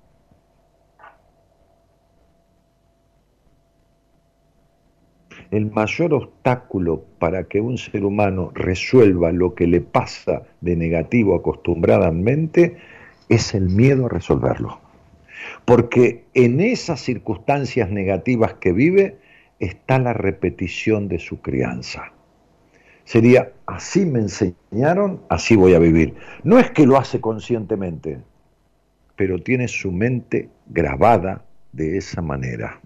el mayor obstáculo para que un ser humano resuelva lo que le pasa de negativo acostumbradamente es el miedo a resolverlo. Porque en esas circunstancias negativas que vive está la repetición de su crianza. Sería, así me enseñaron, así voy a vivir. No es que lo hace conscientemente, pero tiene su mente grabada de esa manera.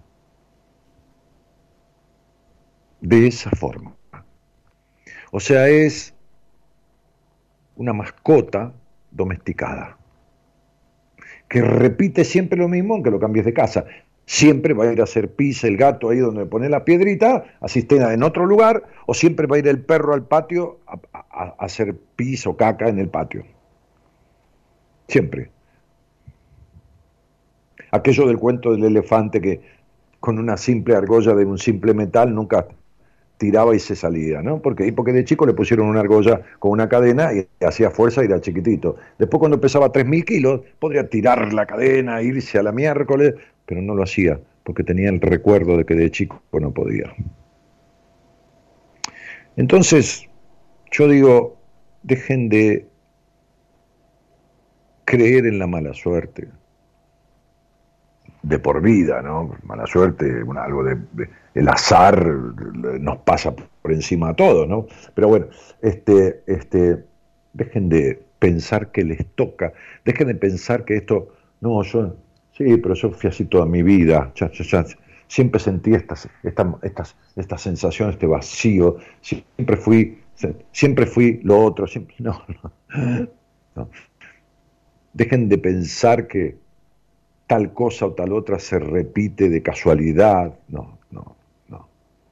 De esa forma. O sea, es una mascota domesticada, que repite siempre lo mismo aunque lo cambies de casa. Siempre va a ir a hacer pis el gato ahí donde pone la piedrita, así esté en otro lugar, o siempre va a ir el perro al patio a, a, a hacer pis o caca en el patio. Siempre. Aquello del cuento del elefante que con una simple argolla de un simple metal nunca tiraba y se salía, ¿no? Porque, y porque de chico le pusieron una argolla con una cadena y hacía fuerza y era chiquitito. Después cuando pesaba tres mil kilos, podría tirar la cadena, irse a la miércoles, pero no lo hacía, porque tenía el recuerdo de que de chico no podía. Entonces, yo digo, dejen de creer en la mala suerte, de por vida, ¿no? Mala suerte, bueno, algo de, de el azar nos pasa por encima a todos, ¿no? Pero bueno, este, este, dejen de pensar que les toca, dejen de pensar que esto, no, yo, sí, pero yo fui así toda mi vida, ya, ya, ya, siempre sentí estas, estas, estas, estas sensaciones, este vacío, siempre fui, siempre fui lo otro, siempre, no, no, no. Dejen de pensar que tal cosa o tal otra se repite de casualidad, no, no, no.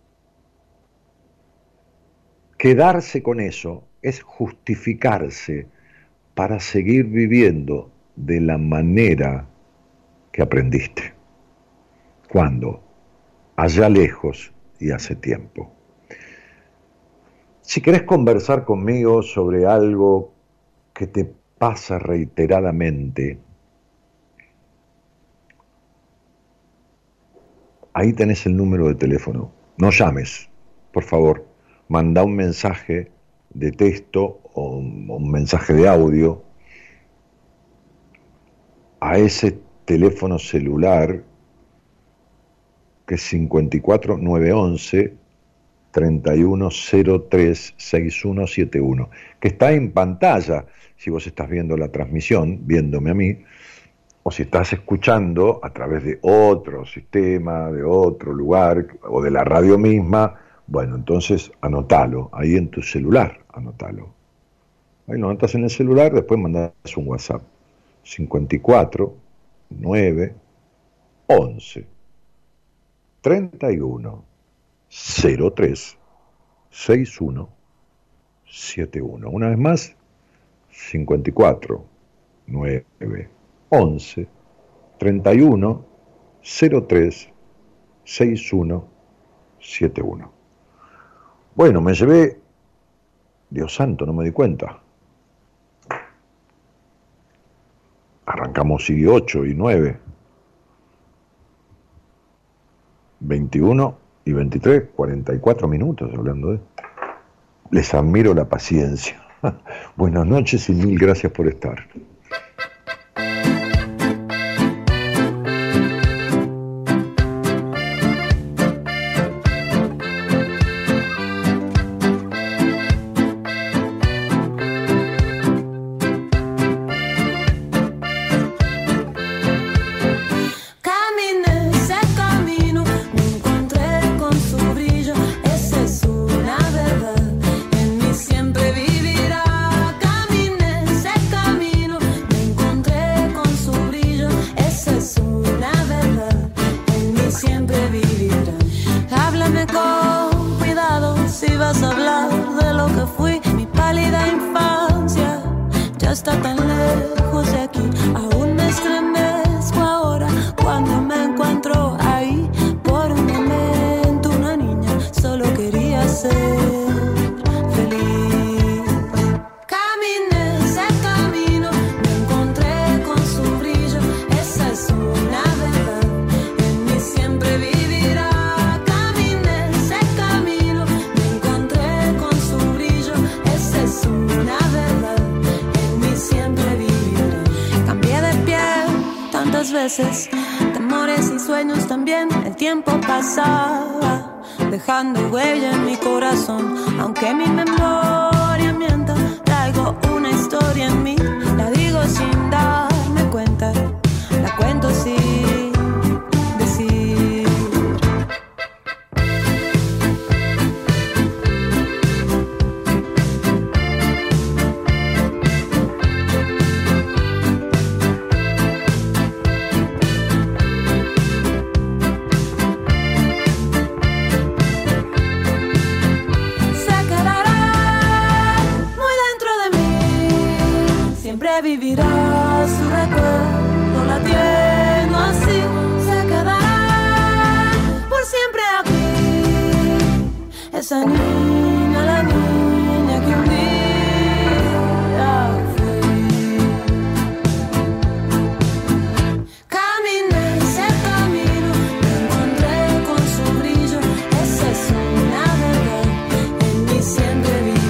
Quedarse con eso es justificarse para seguir viviendo de la manera que aprendiste. ¿Cuándo? Allá lejos y hace tiempo. Si querés conversar conmigo sobre algo que te pasa reiteradamente, ahí tenés el número de teléfono. No llames, por favor. Manda un mensaje de texto o un mensaje de audio a ese teléfono celular que es cinco cuatro nueve once treinta y uno cero tres sesenta y uno setenta y uno, que está en pantalla si vos estás viendo la transmisión, viéndome a mí, o si estás escuchando a través de otro sistema, de otro lugar, o de la radio misma, bueno, entonces anotalo, ahí en tu celular, anotalo. Ahí lo anotas en el celular, después mandás un WhatsApp, cinco cuatro nueve once treinta y uno cero tres sesenta y uno setenta y uno. Una vez más, cinco cuatro nueve once treinta y uno cero tres sesenta y uno setenta y uno. Bueno, me llevé, Dios santo, no me di cuenta. Arrancamos y ocho y nueve, veintiuno y veintitrés, cuarenta y cuatro minutos hablando de... Les admiro la paciencia. Buenas noches y mil gracias por estar. veces, temores y sueños también. El tiempo pasaba, dejando huella en mi corazón. Aunque mi memoria mienta, traigo una historia en mí. La digo sin darme cuenta, la cuento sin decir. Vivirá su recuerdo latiendo así, se quedará por siempre aquí. Esa niña, la niña que un día fui. Caminé ese camino, me encontré con su brillo. Esa es una verdad, en mí siempre vivirá.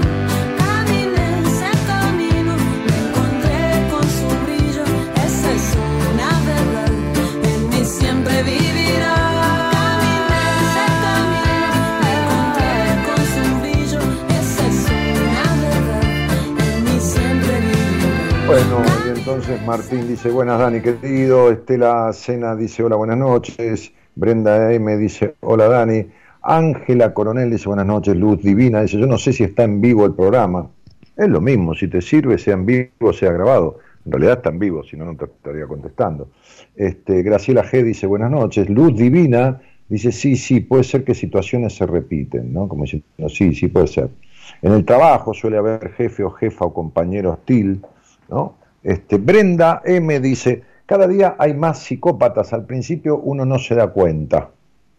Bueno, y entonces Martín dice, buenas Dani, querido. Estela Cena dice, hola, buenas noches. Brenda M dice, hola Dani. Ángela Coronel dice, buenas noches. Luz Divina dice, yo no sé si está en vivo el programa. Es lo mismo, si te sirve, sea en vivo o sea grabado. En realidad está en vivo, si no, no te estaría contestando. Este, Graciela G dice, buenas noches. Luz Divina dice, sí, sí, puede ser que situaciones se repiten, ¿no? Como diciendo, sí, sí, puede ser. En el trabajo suele haber jefe o jefa o compañero hostil, ¿no? Este, Brenda M dice, cada día hay más psicópatas, al principio uno no se da cuenta.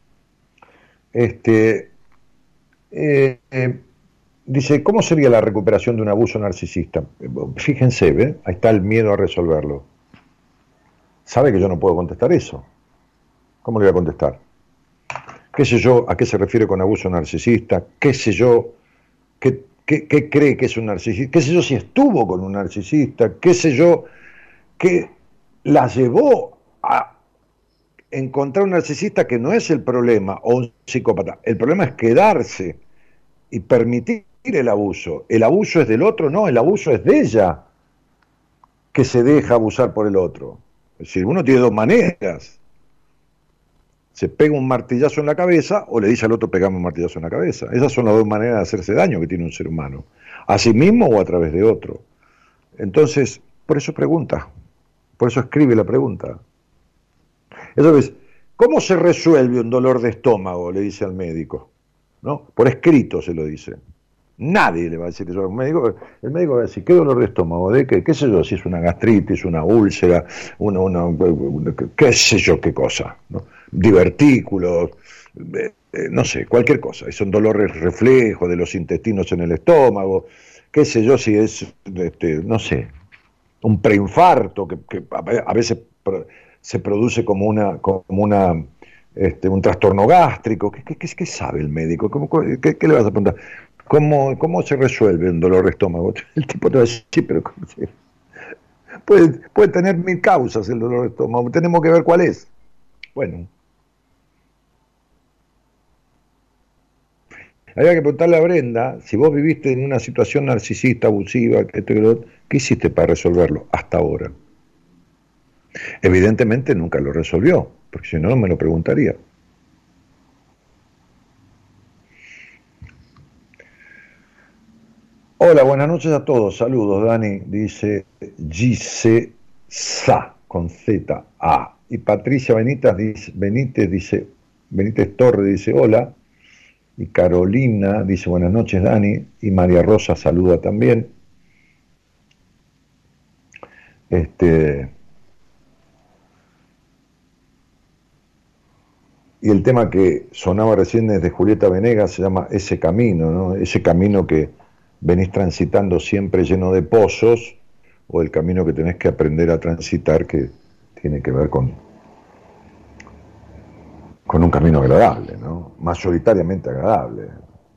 Este, eh, eh, dice, ¿cómo sería la recuperación de un abuso narcisista? Fíjense, ¿ve? Ahí está el miedo a resolverlo. Sabe que yo no puedo contestar eso. ¿Cómo le voy a contestar? ¿Qué sé yo a qué se refiere con abuso narcisista? ¿Qué sé yo? ¿Qué ¿Qué, ¿Qué cree que es un narcisista? ¿Qué sé yo si estuvo con un narcisista? ¿Qué sé yo qué la llevó a encontrar un narcisista que no es el problema o un psicópata? El problema es quedarse y permitir el abuso. El abuso es del otro, no, el abuso es de ella que se deja abusar por el otro. Es decir, uno tiene dos maneras. Se pega un martillazo en la cabeza o le dice al otro pegame un martillazo en la cabeza. Esas son las dos maneras de hacerse daño que tiene un ser humano, a sí mismo o a través de otro. Entonces, por eso pregunta, por eso escribe la pregunta. Entonces, ¿cómo se resuelve un dolor de estómago? Le dice al médico, ¿no? Por escrito se lo dice. Nadie le va a decir eso al médico. El médico va a decir, ¿qué dolor de estómago? ¿De qué? ¿Qué sé yo? Si es una gastritis, una úlcera, una, una, una qué sé yo qué cosa, ¿no? Divertículos, eh, eh, no sé, cualquier cosa. Son dolores reflejos de los intestinos en el estómago, qué sé yo si es, este, no sé, un preinfarto que, que a veces se produce como una, como una este, un trastorno gástrico. ¿Qué, qué, qué sabe el médico? ¿Cómo, qué, ¿Qué le vas a preguntar? ¿Cómo, ¿Cómo se resuelve un dolor de estómago? El tipo te va a decir, sí, pero ¿cómo se... puede, puede tener mil causas el dolor de estómago, tenemos que ver cuál es. Bueno. Había que preguntarle a Brenda, si vos viviste en una situación narcisista, abusiva, ¿qué hiciste para resolverlo hasta ahora? Evidentemente nunca lo resolvió, porque si no, no me lo preguntaría. Hola, buenas noches a todos, saludos, Dani, dice Gise Sa, con Z A. Y Patricia Benítez dice, Benítez dice, Benítez Torre dice hola. Y Carolina dice buenas noches, Dani. Y María Rosa saluda también. Este, y el tema que sonaba recién desde Julieta Venegas se llama Ese Camino, ¿no? Ese camino que venís transitando siempre lleno de pozos, o el camino que tenés que aprender a transitar, que tiene que ver con, con un camino agradable, ¿no? Mayoritariamente agradable.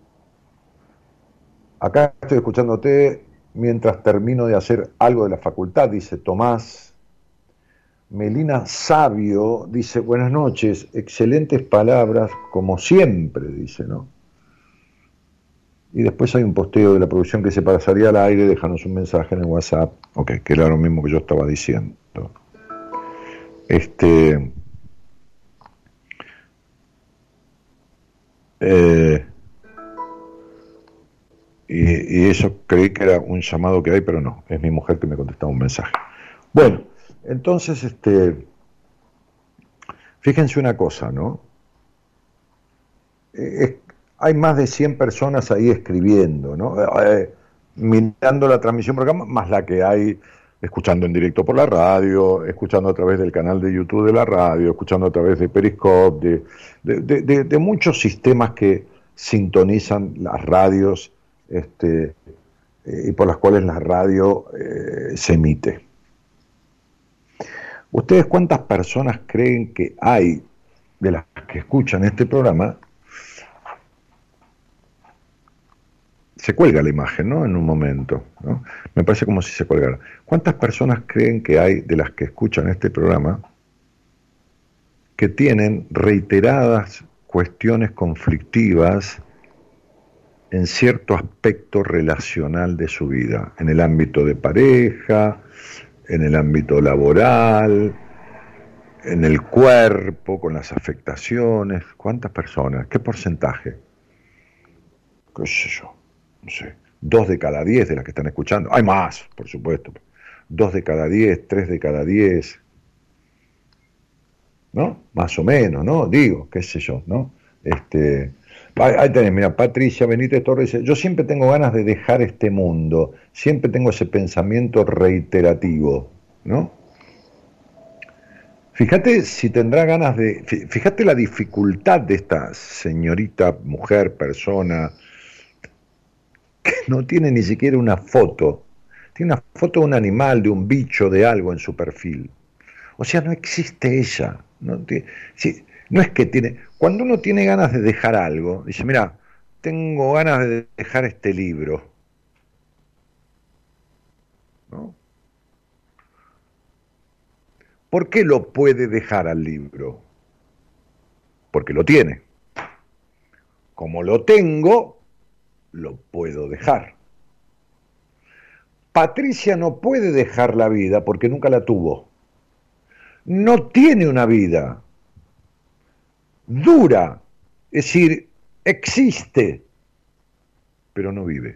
Acá estoy escuchándote mientras termino de hacer algo de la facultad, dice Tomás. Melina Sabio dice, buenas noches, excelentes palabras, como siempre, dice, ¿no? Y después hay un posteo de la producción que se pasaría al aire, déjanos un mensaje en el WhatsApp, ok, que era lo mismo que yo estaba diciendo. Este... Eh, y, y eso creí que era un llamado que hay, pero no, es mi mujer que me contestaba un mensaje. Bueno, entonces, este, fíjense una cosa, ¿no? Eh, hay más de cien personas ahí escribiendo, ¿no? Eh, mirando la transmisión por acá, más la que hay escuchando en directo por la radio, escuchando a través del canal de YouTube de la radio, escuchando a través de Periscope, de, de, de, de, de muchos sistemas que sintonizan las radios este, eh, y por las cuales la radio eh, se emite. ¿Ustedes cuántas personas creen que hay de las que escuchan este programa? Se cuelga la imagen, ¿no? En un momento, ¿no? Me parece como si se colgara. ¿Cuántas personas creen que hay de las que escuchan este programa que tienen reiteradas cuestiones conflictivas en cierto aspecto relacional de su vida? En el ámbito de pareja, en el ámbito laboral, en el cuerpo, con las afectaciones. ¿Cuántas personas? ¿Qué porcentaje? ¿Qué sé yo? No sé, dos de cada diez de las que están escuchando, hay más, por supuesto, dos de cada diez, tres de cada diez, ¿no? Más o menos, ¿no? Digo, qué sé yo, ¿no? Este, ahí, ahí tenés, mira, Patricia Benítez Torres dice, yo siempre tengo ganas de dejar este mundo, siempre tengo ese pensamiento reiterativo, ¿no? Fíjate si tendrá ganas de, fíjate la dificultad de esta señorita, mujer, persona, que no tiene ni siquiera una foto, tiene una foto de un animal, de un bicho, de algo en su perfil. O sea, no existe ella. No, tiene, sí, no es que tiene... Cuando uno tiene ganas de dejar algo, dice, mira, tengo ganas de dejar este libro, ¿no? ¿Por qué lo puede dejar al libro? Porque lo tiene. Como lo tengo, lo puedo dejar. Patricia no puede dejar la vida porque nunca la tuvo. No tiene una vida. Dura, es decir, existe, pero no vive.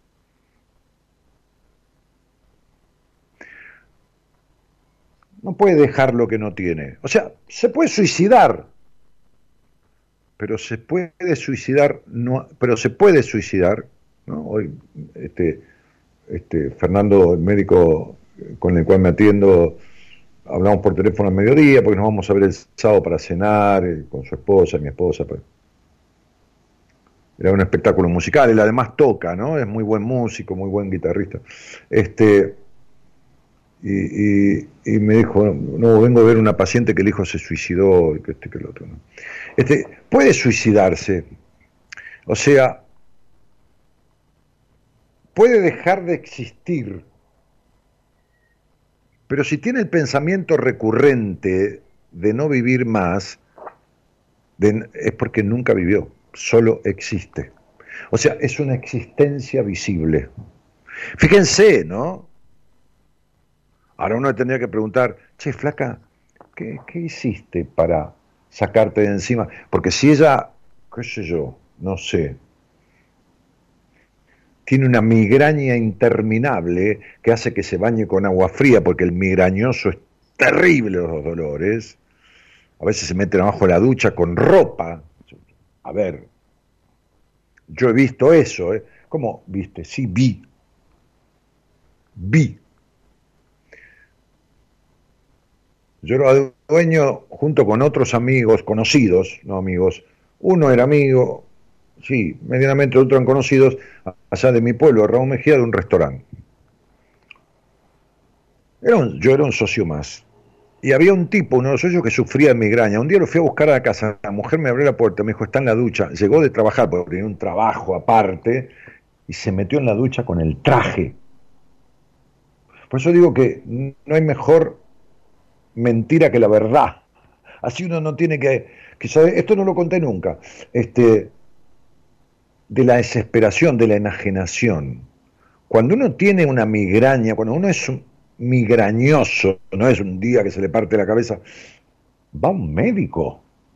No puede dejar lo que no tiene. O sea, se puede suicidar, pero se puede suicidar, no, pero se puede suicidar, ¿no? Hoy, este, este, Fernando, el médico con el cual me atiendo, hablamos por teléfono al mediodía, porque nos vamos a ver el sábado para cenar, eh, con su esposa, mi esposa. Pues. Era un espectáculo musical, él además toca, ¿no? Es muy buen músico, muy buen guitarrista. Este, y, y, y me dijo, no, vengo a ver una paciente que el hijo se suicidó, y que este que el otro, ¿no? Este, puede suicidarse, o sea, puede dejar de existir, pero si tiene el pensamiento recurrente de no vivir más, de, es porque nunca vivió, solo existe. O sea, es una existencia visible. Fíjense, ¿no? Ahora uno tendría que preguntar, che, flaca, ¿qué, qué hiciste para sacarte de encima? Porque si ella, qué sé yo, no sé, tiene una migraña interminable que hace que se bañe con agua fría, porque el migrañoso es terrible los dolores, a veces se meten abajo de la ducha con ropa. A ver, yo he visto eso, ¿eh? ¿Cómo viste? Sí, vi. Vi. Yo era dueño, junto con otros amigos, conocidos, no amigos, uno era amigo, sí, medianamente, otros eran conocidos, allá de mi pueblo, Raúl Mejía, de un restaurante. Era un, yo era un socio más. Y había un tipo, uno de los socios, que sufría de migraña. Un día lo fui a buscar a la casa, la mujer me abrió la puerta, me dijo, está en la ducha. Llegó de trabajar, porque tenía un trabajo aparte, y se metió en la ducha con el traje. Por eso digo que no hay mejor mentira que la verdad. Así uno no tiene que, que saber, esto no lo conté nunca, este, de la desesperación, de la enajenación. Cuando uno tiene una migraña, cuando uno es un migrañoso, no es un día que se le parte la cabeza, va a un médico.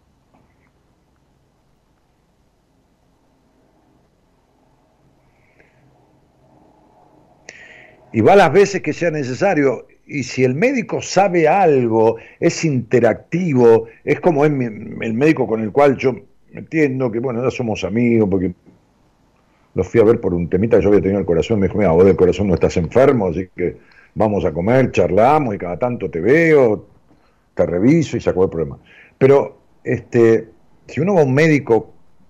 Y va las veces que sea necesario. Y si el médico sabe algo, es interactivo, es como es mi, el médico con el cual yo me entiendo, que bueno, ya somos amigos, porque lo fui a ver por un temita que yo había tenido el corazón, me dijo, mira, vos del corazón no estás enfermo, así que vamos a comer, charlamos y cada tanto te veo, te reviso y se acabó el problema. Pero este, si uno va a un médico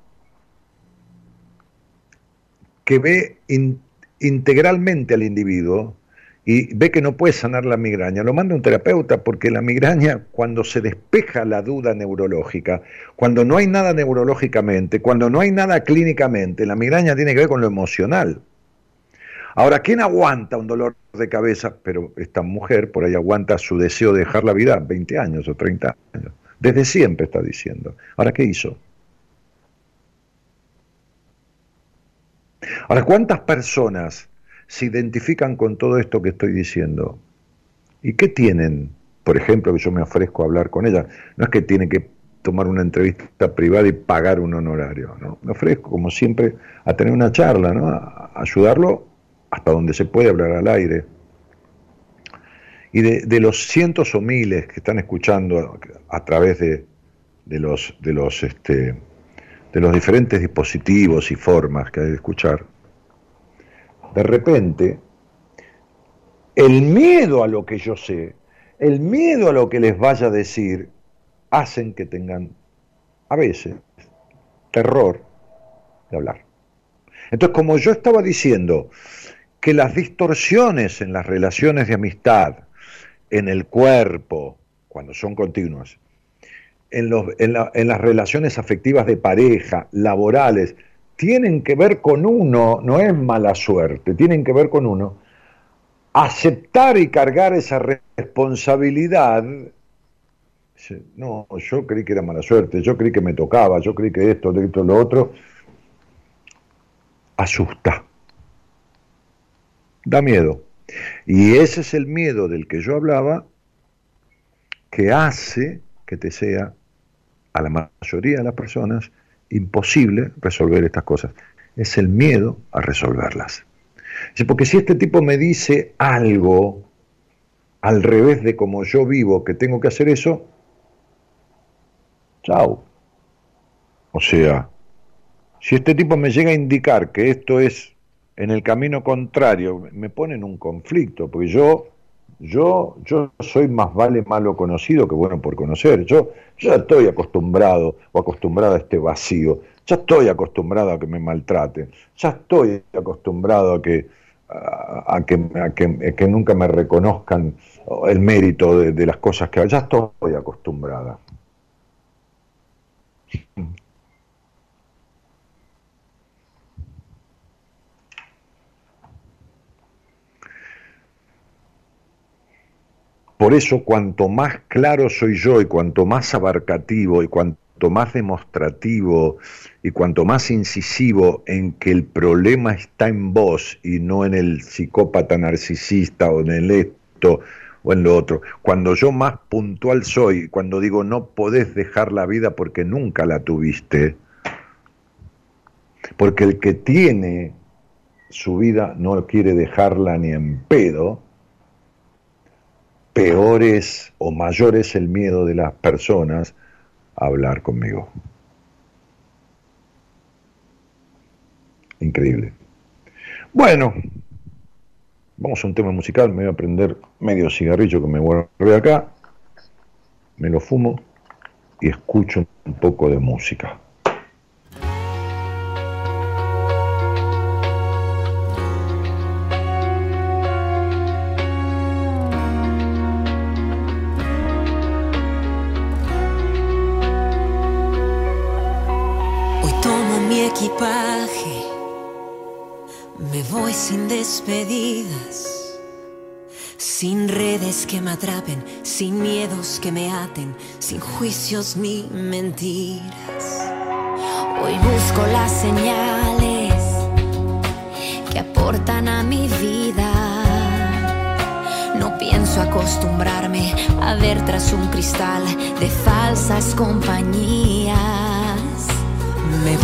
que ve in, integralmente al individuo y ve que no puede sanar la migraña, lo manda un terapeuta, porque la migraña, cuando se despeja la duda neurológica, cuando no hay nada neurológicamente, cuando no hay nada clínicamente, la migraña tiene que ver con lo emocional. Ahora, ¿quién aguanta un dolor de cabeza? Pero esta mujer por ahí aguanta su deseo de dejar la vida veinte años o treinta años. Desde siempre está diciendo. Ahora, ¿qué hizo? Ahora, ¿cuántas personas se identifican con todo esto que estoy diciendo? ¿Y qué tienen? Por ejemplo, que yo me ofrezco a hablar con ella. No es que tiene que tomar una entrevista privada y pagar un honorario, ¿no? Me ofrezco, como siempre, a tener una charla, ¿no? A ayudarlo hasta donde se puede hablar al aire. Y de, de los cientos o miles que están escuchando a, a través de, de los de los este de los diferentes dispositivos y formas que hay de escuchar, de repente, el miedo a lo que yo sé, el miedo a lo que les vaya a decir, hacen que tengan, a veces, terror de hablar. Entonces, como yo estaba diciendo que las distorsiones en las relaciones de amistad, en el cuerpo, cuando son continuas, en, los, en, la, en las relaciones afectivas de pareja, laborales, tienen que ver con uno, no es mala suerte, tienen que ver con uno, aceptar y cargar esa responsabilidad. No, yo creí que era mala suerte, yo creí que me tocaba, yo creí que esto, esto, lo otro, asusta, da miedo. Y ese es el miedo del que yo hablaba, que hace que te sea, a la mayoría de las personas, imposible resolver estas cosas. Es el miedo a resolverlas. Porque si este tipo me dice algo al revés de como yo vivo, que tengo que hacer eso, chao. O sea, si este tipo me llega a indicar que esto es en el camino contrario, me pone en un conflicto, porque yo Yo, yo soy más vale malo conocido que bueno por conocer. Yo, yo ya estoy acostumbrado o acostumbrada a este vacío. Ya estoy acostumbrado a que me maltraten. Ya estoy acostumbrado a que, a, a que, a que, a que nunca me reconozcan el mérito de, de las cosas que hago. Ya estoy acostumbrada. Por eso, cuanto más claro soy yo y cuanto más abarcativo y cuanto más demostrativo y cuanto más incisivo en que el problema está en vos y no en el psicópata narcisista o en el esto o en lo otro, cuando yo más puntual soy, cuando digo no podés dejar la vida porque nunca la tuviste, porque el que tiene su vida no quiere dejarla ni en pedo, peor es o mayor es el miedo de las personas a hablar conmigo. Increíble. Bueno, vamos a un tema musical. Me voy a prender medio cigarrillo que me guardé acá, me lo fumo y escucho un poco de música. Equipaje, me voy sin despedidas, sin redes que me atrapen, sin miedos que me aten, sin juicios ni mentiras. Hoy busco las señales que aportan a mi vida. No pienso acostumbrarme a ver tras un cristal de falsas compañías. Me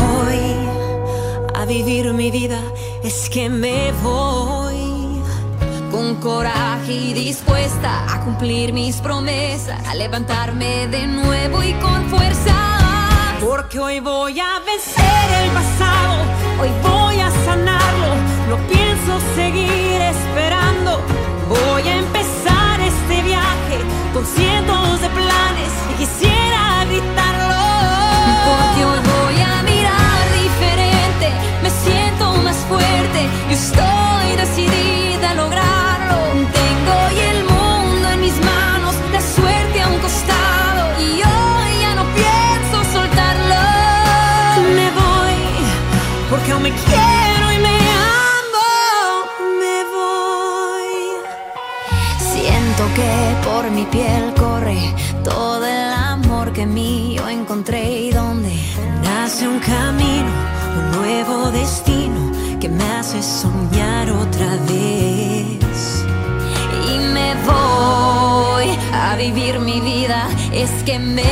voy a vivir mi vida, es que me voy con coraje y dispuesta a cumplir mis promesas, a levantarme de nuevo y con fuerza. Porque hoy voy a vencer el pasado, hoy voy a sanarlo, no pienso seguir esperando. Voy a empezar este viaje con cientos de planes y quisiera gritarlo. Porque hoy voy a mirar diferente, me siento más fuerte y estoy decidida a lograrlo. Tengo hoy el mundo en mis manos, la suerte a un costado y hoy ya no pienso soltarlo. Me voy porque aún me quiero y me amo. Me voy. Siento que por mi piel corre todo el amor que mío encontré y donde nace un camino, un nuevo destino que me hace soñar otra vez. Y me voy a vivir mi vida, es que me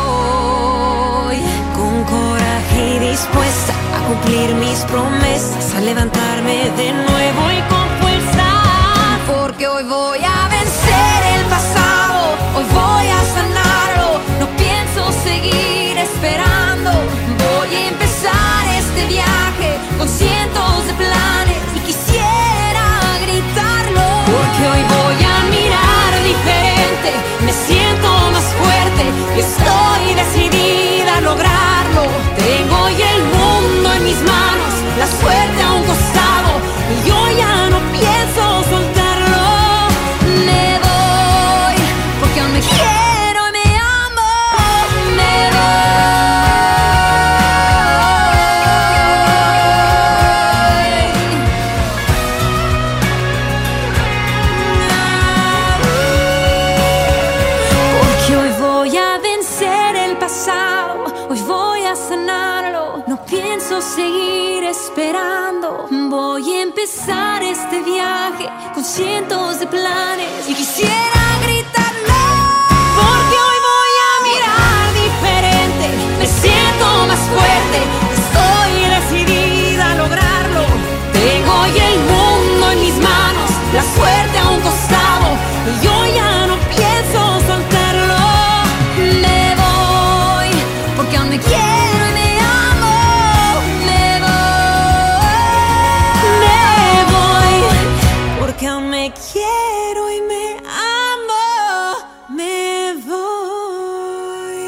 voy con coraje y dispuesta a cumplir mis promesas, a levantarme de nuevo y con fuerza. Porque hoy voy a vencer el pasado, hoy voy a sanarlo, no pienso seguir esperando. Voy a empezar este viaje con cientos de planes y quisiera gritarlo. Porque hoy voy a mirar diferente, me siento más fuerte y estoy decidida a lograrlo. Tengo hoy el mundo en mis manos, la suerte a un costado y yo ya no pienso soltarlo. Me voy porque aún me quiero y me amo. Me voy. Porque hoy voy a vencer el pasado, hoy voy a sanarlo, no pienso seguir esperando. Voy a empezar este viaje con cientos de planes y quisiera gritarlo. Porque hoy voy a mirar diferente, me siento más fuerte, estoy decidida a lograrlo. Tengo hoy el mundo en mis manos, la suerte a un costado y yo ya no pienso soltarlo. Me voy porque aún me quiero y me amo. Me voy. Me voy porque aún me quiero y me amo. Me voy.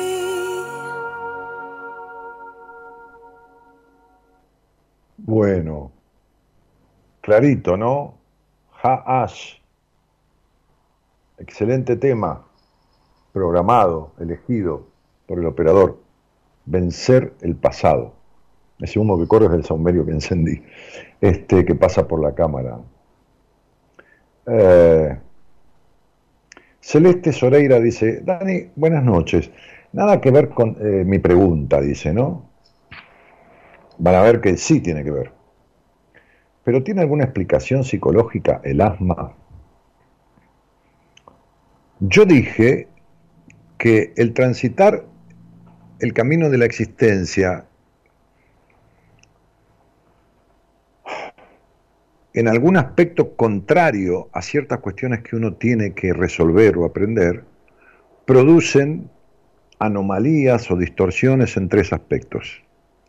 Bueno, clarito, ¿no? Ha-Ash. Excelente tema, programado, elegido por el operador. Vencer el pasado. Ese humo que corre es del saumerio que encendí, este que pasa por la cámara. Eh, Celeste Soreira dice, Dani, buenas noches. Nada que ver con eh, mi pregunta, dice, ¿no? Van a ver que sí tiene que ver. ¿Pero tiene alguna explicación psicológica el asma? Yo dije que el transitar el camino de la existencia en algún aspecto contrario a ciertas cuestiones que uno tiene que resolver o aprender, producen anomalías o distorsiones en tres aspectos.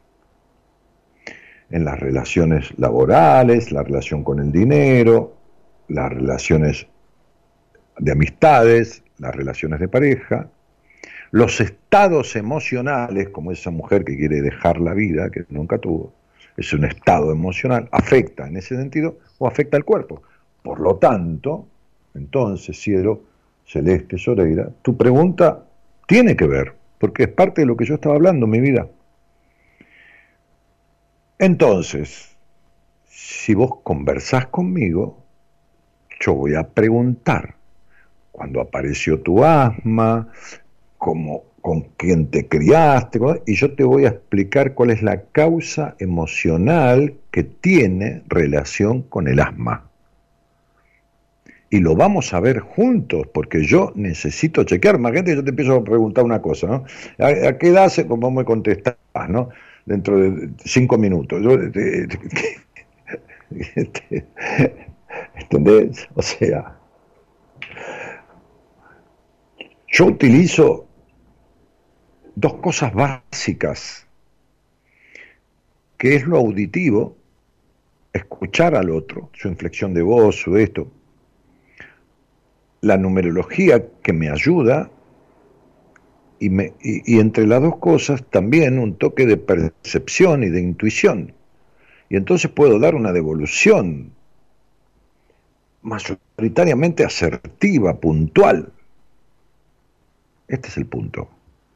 En las relaciones laborales, la relación con el dinero, las relaciones de amistades, las relaciones de pareja, los estados emocionales, como esa mujer que quiere dejar la vida, que nunca tuvo, es un estado emocional, afecta en ese sentido o afecta al cuerpo. Por lo tanto, entonces, cielo, Celeste Soreira, tu pregunta tiene que ver, porque es parte de lo que yo estaba hablando en mi vida. Entonces, si vos conversás conmigo, yo voy a preguntar cuándo apareció tu asma, cómo, con quién te criaste, y yo te voy a explicar cuál es la causa emocional que tiene relación con el asma. Y lo vamos a ver juntos, porque yo necesito chequear. Imagínate, yo te empiezo a preguntar una cosa, ¿no? ¿A, a qué edad se, vos me contestás, ¿no? Dentro de cinco minutos. Yo, te, te, te, ¿entendés? O sea, yo utilizo dos cosas básicas, que es lo auditivo, escuchar al otro, su inflexión de voz, su esto, la numerología que me ayuda, y, me, y, y entre las dos cosas también un toque de percepción y de intuición, y entonces puedo dar una devolución mayoritariamente asertiva, puntual. Este es el punto.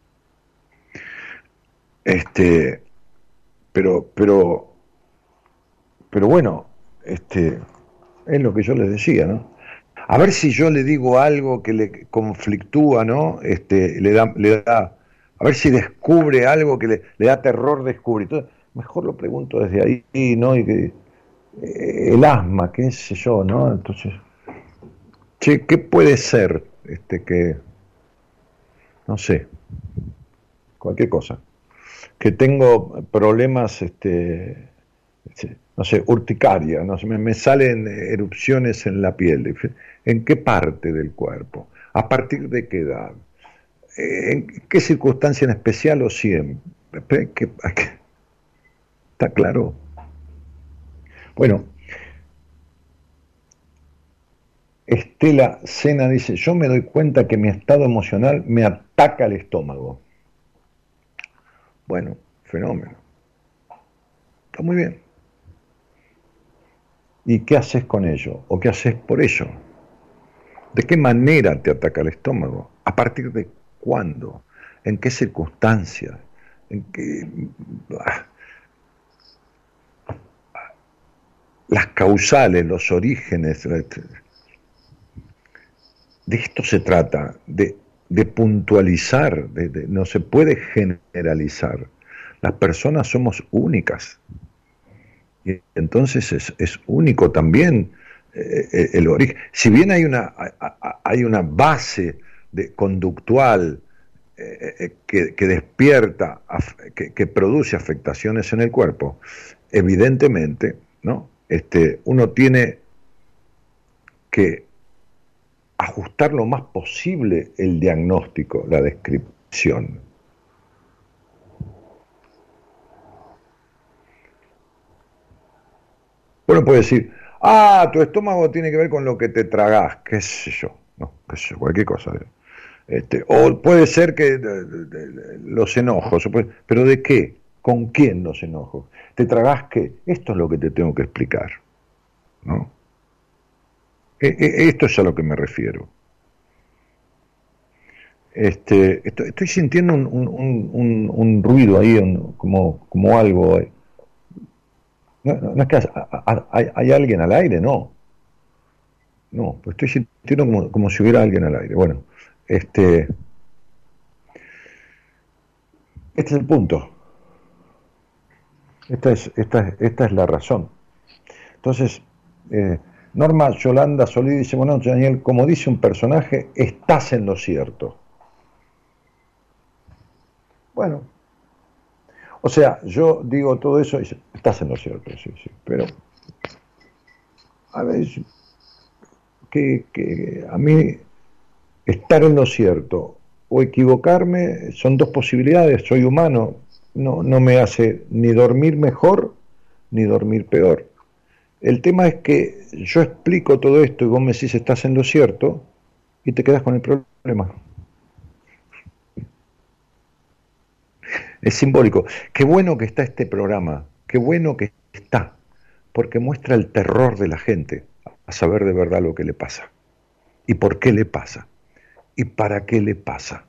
Este, pero, pero, pero bueno, este, es lo que yo les decía, ¿no? A ver si yo le digo algo que le conflictúa, ¿no? Este, le da, le da, a ver si descubre algo que le, le da terror descubrir. Entonces, mejor lo pregunto desde ahí, ¿no? Y que, eh, el asma, qué sé yo, ¿no? Entonces, che, ¿qué puede ser? Este, que, no sé, cualquier cosa. Que tengo problemas, este, no sé, urticaria, no sé, me, me salen erupciones en la piel. ¿En qué parte del cuerpo? ¿A partir de qué edad? ¿En qué circunstancia en especial o siempre? ¿Qué, qué? ¿Está claro? Bueno, Estela Sena dice, yo me doy cuenta que mi estado emocional me ataca el estómago. Bueno, fenómeno. Está muy bien. ¿Y qué haces con ello? ¿O qué haces por ello? ¿De qué manera te ataca el estómago? ¿A partir de cuándo? ¿En qué circunstancias? ¿En qué... Las causales, los orígenes. De esto se trata, de, de puntualizar, de, de, no se puede generalizar. Las personas somos únicas. Y entonces es, es único también eh, el origen. Si bien hay una, hay una base de, conductual eh, que, que despierta, que, que produce afectaciones en el cuerpo, evidentemente, ¿no? Este, uno tiene que ajustar lo más posible el diagnóstico, la descripción. Uno puede decir, ah, tu estómago tiene que ver con lo que te tragás, qué sé yo, no, qué sé yo, cualquier cosa. Este, o puede ser que de, de, de, los enojos, pero ¿de qué? ¿Con quién los enojos? ¿Te tragás qué? Esto es lo que te tengo que explicar, ¿no? E, e, esto es a lo que me refiero. Este, estoy, estoy sintiendo un, un, un, un ruido ahí, un, como, como algo. No, no, no es que hay, hay alguien al aire, no. No, pues estoy sintiendo como, como si hubiera alguien al aire. Bueno, este, este es el punto. Esta es, esta, esta es la razón. Entonces, eh, Norma Yolanda Solí dice, bueno, Daniel, como dice un personaje, estás en lo cierto. Bueno, o sea, yo digo todo eso y estás en lo cierto, sí, sí, pero a ver, que, que a mí estar en lo cierto o equivocarme son dos posibilidades, soy humano, no, no me hace ni dormir mejor ni dormir peor. El tema es que yo explico todo esto y vos me decís estás en lo cierto y te quedas con el problema. Es simbólico. Qué bueno que está este programa, qué bueno que está, porque muestra el terror de la gente a saber de verdad lo que le pasa. ¿Y por qué le pasa? ¿Y para qué le pasa?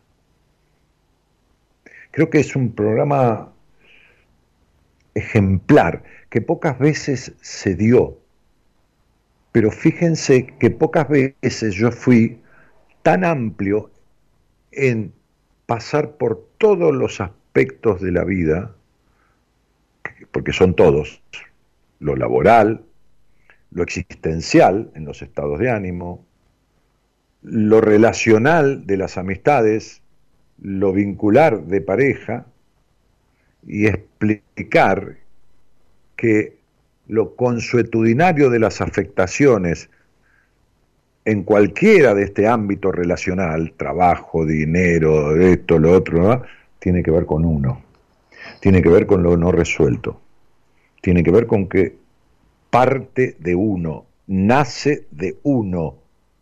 Creo que es un programa ejemplar, que pocas veces se dio. Pero fíjense que pocas veces yo fui tan amplio en pasar por todos los aspectos de la vida, porque son todos, lo laboral, lo existencial en los estados de ánimo, lo relacional de las amistades, lo vincular de pareja, y explicar que lo consuetudinario de las afectaciones en cualquiera de este ámbito relacional, trabajo, dinero, esto, lo otro, ¿no? Tiene que ver con uno, tiene que ver con lo no resuelto, tiene que ver con que parte de uno, nace de uno,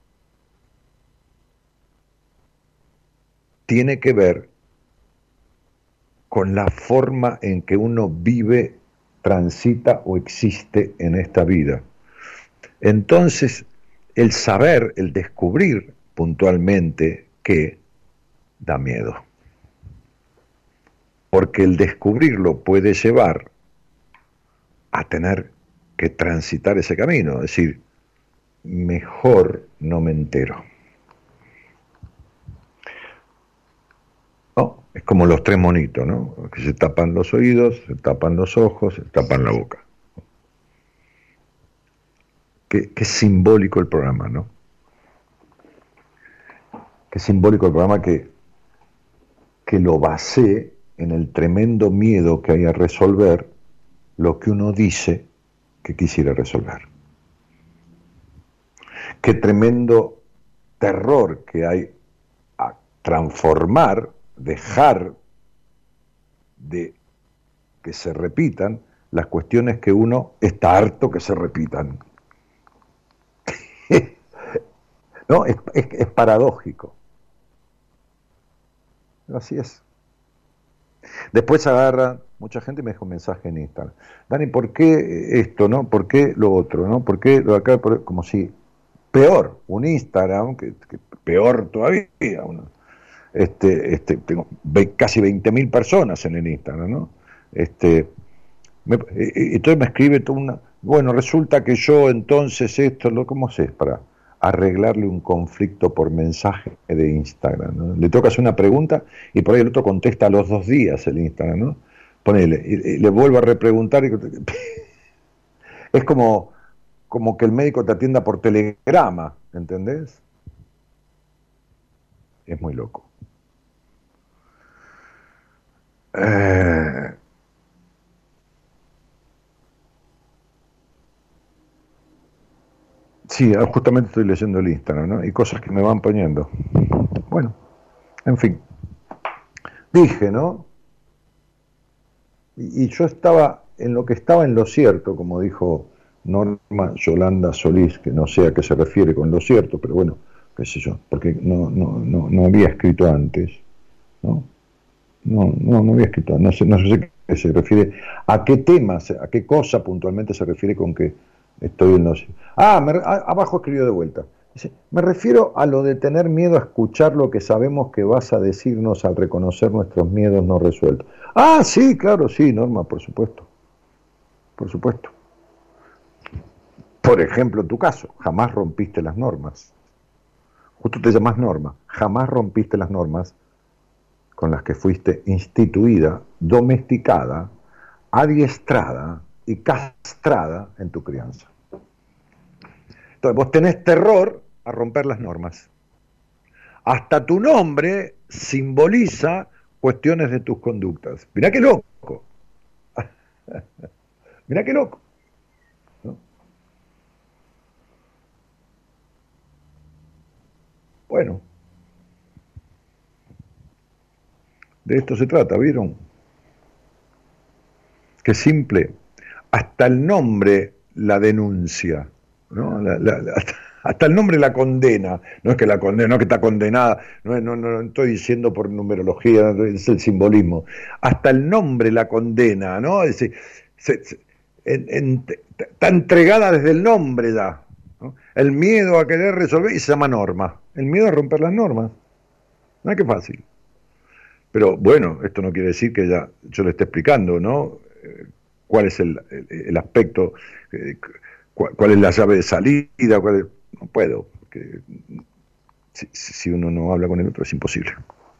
tiene que ver con la forma en que uno vive, transita o existe en esta vida. Entonces, el saber, el descubrir puntualmente que da miedo. Porque el descubrirlo puede llevar a tener que transitar ese camino, es decir, mejor no me entero. ¿No? Es como los tres monitos, ¿no? Que se tapan los oídos, se tapan los ojos, se tapan la boca. Qué, qué simbólico el programa, ¿no? Qué simbólico el programa que, que lo basé en el tremendo miedo que hay a resolver lo que uno dice que quisiera resolver. Qué tremendo terror que hay a transformar, dejar de que se repitan las cuestiones que uno está harto que se repitan. No, es, es, es paradójico. Así es. Después agarra, mucha gente me dejó un mensaje en Instagram. Dani, ¿por qué esto, no? ¿Por qué lo otro, no? ¿Por qué lo acá? Por, como si peor, un Instagram, que, que peor todavía, uno. Este, este, tengo casi veinte mil personas en el Instagram, ¿no? Este, me, entonces me escribe toda una, bueno, resulta que yo entonces esto, lo ¿cómo sé? Para arreglarle un conflicto por mensaje de Instagram, ¿no? Le toca hacer una pregunta y por ahí el otro contesta a los dos días el Instagram, ¿no? Ponele, y, y le vuelvo a repreguntar y, es como, como que el médico te atienda por telegrama, ¿entendés? Es muy loco. Eh, sí, justamente estoy leyendo el Instagram, ¿no? Y cosas que me van poniendo. Bueno, en fin. Dije, ¿no? Y, y yo estaba en lo que estaba en lo cierto, como dijo Norma Yolanda Solís, que no sé a qué se refiere con lo cierto, pero bueno, qué sé yo, porque no, no, no, no había escrito antes, ¿no? No, no, no había escrito, no sé, no sé qué se refiere, a qué tema, a qué cosa puntualmente se refiere con que estoy en los... Ah, me, a, abajo escribió de vuelta. Dice, me refiero a lo de tener miedo a escuchar lo que sabemos que vas a decirnos al reconocer nuestros miedos no resueltos. Ah, sí, claro, sí, Norma, por supuesto. Por supuesto. Por ejemplo, en tu caso, jamás rompiste las normas. Justo te llamas Norma, jamás rompiste las normas con las que fuiste instituida, domesticada, adiestrada y castrada en tu crianza. Entonces vos tenés terror a romper las normas. Hasta tu nombre simboliza cuestiones de tus conductas. Mirá qué loco. Mirá qué loco. ¿No? Bueno. De esto se trata, ¿vieron? Qué simple. Hasta el nombre la denuncia, ¿no? La, la, la, hasta, hasta el nombre la condena. No es que la condena, no es que está condenada, no, no, no, no estoy diciendo por numerología, es el simbolismo. Hasta el nombre la condena, ¿no? Es decir, se, se, en, en, está entregada desde el nombre ya, ¿no? El miedo a querer resolver y se llama norma. El miedo a romper las normas. No es que fácil. Pero bueno, esto no quiere decir que ya yo le esté explicando, ¿no? ¿Cuál es el, el, el aspecto? cuál, cuál es la llave de salida, cuál es, no puedo, porque si, si uno no habla con el otro es imposible.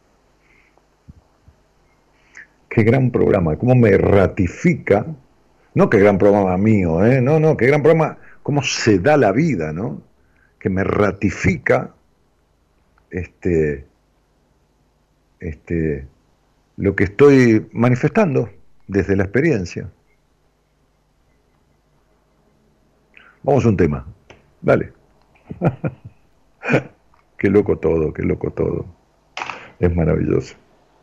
Qué gran programa, cómo me ratifica, no qué gran programa mío, ¿eh? no, no, qué gran programa, cómo se da la vida, ¿no? Que me ratifica este, este, lo que estoy manifestando desde la experiencia. Vamos a un tema, dale. Qué loco todo, qué loco todo. Es maravilloso.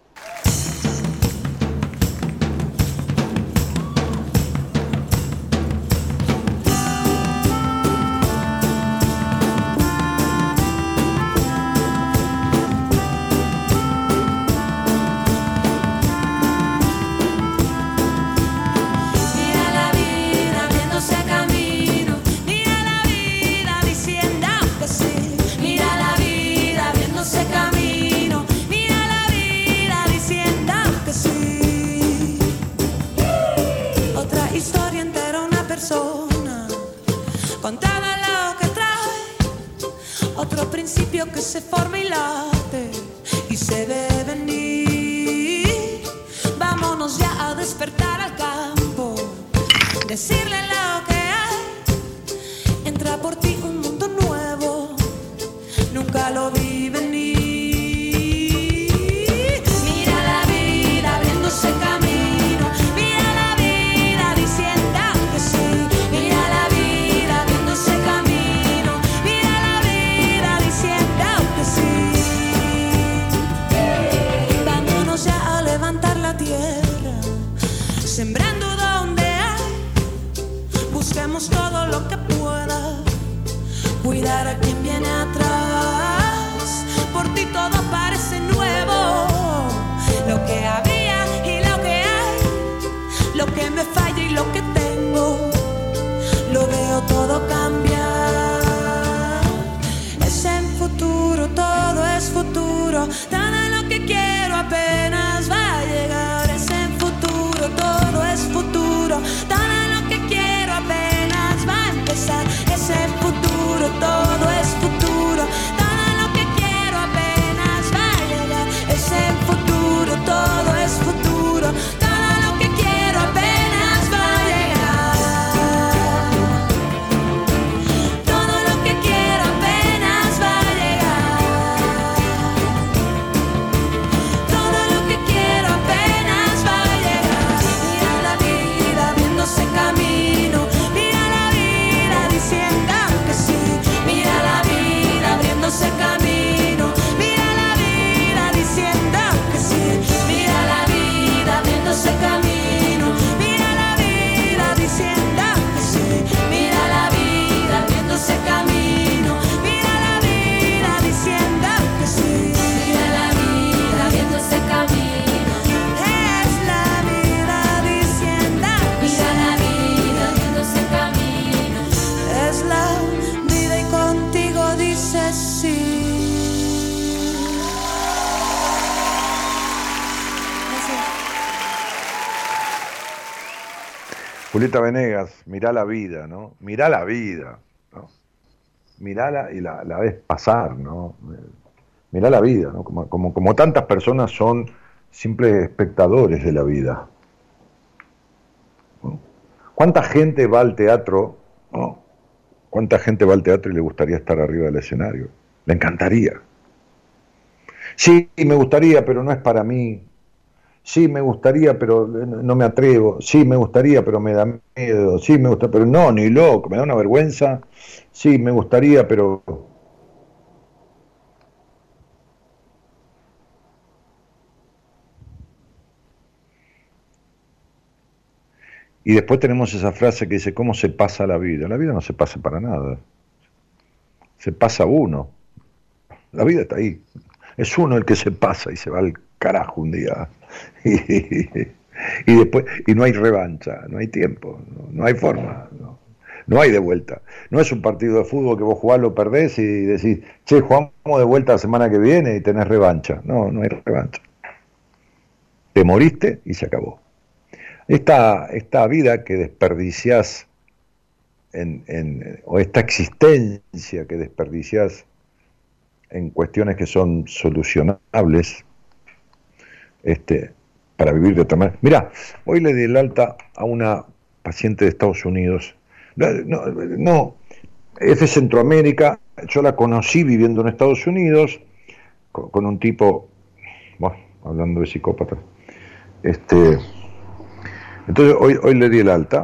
Que se forma y late y se ve venir. Vámonos ya a despertar al campo, decirle lo que hay. Entra por ti un mundo nuevo, nunca lo vi venir. Mira la vida abriéndose camino, mira la vida diciendo que sí. Mira la vida abriéndose camino, mira la vida diciendo que sí. Vámonos ya a levantar la tierra, sembrando donde hay. Busquemos todo lo que pueda, cuidar a quien viene atrás. Por ti todo parece nuevo, lo que había y lo que hay, lo que me falla y lo que tengo, lo veo todo cambiar. Es en futuro, todo es futuro, todo lo que quiero apenas va a llegar. Es en futuro, todo es futuro, todo lo que quiero apenas va a empezar. Es en futuro, todo es futuro, todo lo que quiero apenas va a llegar. Es en futuro, todo es futuro, todo lo que quiero apenas va a llegar. Todo lo que quiero apenas va a llegar. Todo lo que quiero apenas va a llegar. Mira la vida abriéndose camino, mira la vida diciendo que sí. Mira la vida abriéndose camino, mira la vida diciendo que sí. Mira la vida abriéndose camino, mira la vida diciendo que sí. Mira la vida abriéndose camino, mira la vida diciendo que sí. Mira la vida abriéndose camino, es la vida diciendo que sí. Mira la vida abriéndose camino, es la vida y contigo dice sí. Julieta Venegas, mirá la vida, ¿no? Mirá la vida, ¿no? Mirala y la, la ves pasar, ¿no? Mirá la vida, ¿no? Como, como, como tantas personas son simples espectadores de la vida, ¿no? ¿Cuánta gente va al teatro, ¿no? ¿Cuánta gente va al teatro y le gustaría estar arriba del escenario? Le encantaría. Sí, me gustaría, pero no es para mí. Sí, me gustaría, pero no me atrevo. Sí, me gustaría, pero me da miedo. Sí, me gusta, pero no, ni loco, me da una vergüenza. Sí, me gustaría, pero... Y después tenemos esa frase que dice, ¿cómo se pasa la vida? La vida no se pasa para nada. Se pasa uno. La vida está ahí. Es uno el que se pasa y se va al carajo un día. Y, y después, y no hay revancha, no hay tiempo, no, no hay forma, no, no hay de vuelta. No es un partido de fútbol que vos jugás, lo perdés y decís, che, jugamos de vuelta la semana que viene y tenés revancha. No, no hay revancha. Te moriste y se acabó. Esta, esta vida que desperdiciás en, en, o esta existencia que desperdiciás en cuestiones que son solucionables, este, para vivir de otra manera. Mirá, hoy le di el alta a una paciente de Estados Unidos. No, no, no, es de Centroamérica. Yo la conocí viviendo en Estados Unidos con, con un tipo, bueno, hablando de psicópatas. Este, entonces hoy, hoy le di el alta.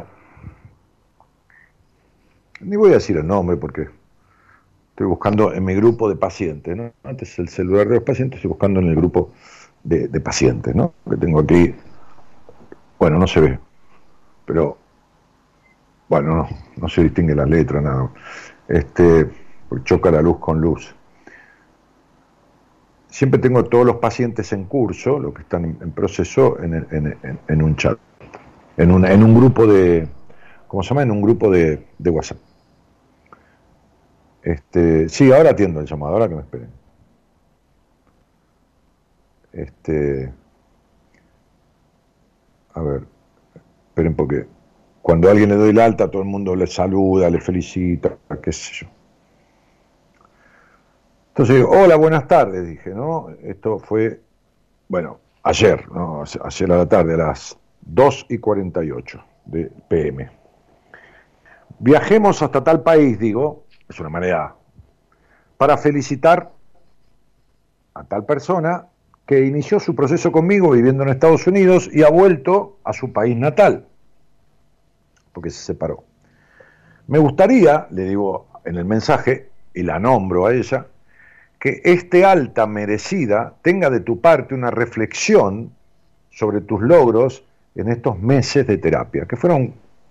Ni voy a decir el nombre porque estoy buscando en mi grupo de pacientes, ¿no? Antes el celular de los pacientes, estoy buscando en el grupo de, de pacientes, ¿no? Que tengo aquí. Bueno, no se ve, pero bueno, no, no se distingue la letra, nada. Este, porque choca la luz con luz. Siempre tengo todos los pacientes en curso, los que están en, en proceso, en, en, en, en un chat, en un, en un grupo de, ¿cómo se llama? En un grupo de, de WhatsApp. Este, sí, ahora atiendo el llamado, ahora que me esperen. Este, a ver, esperen porque cuando a alguien le doy el alta, todo el mundo le saluda, le felicita, qué sé yo. Entonces, hola, buenas tardes, dije, ¿no? Esto fue, bueno, ayer, ¿no? Ayer a la tarde, a las dos y cuarenta y ocho de P M. Viajemos hasta tal país, digo, es una manera para felicitar a tal persona que inició su proceso conmigo viviendo en Estados Unidos y ha vuelto a su país natal, porque se separó. Me gustaría, le digo en el mensaje, y la nombro a ella, que este alta merecida tenga de tu parte una reflexión sobre tus logros en estos meses de terapia, que fueron,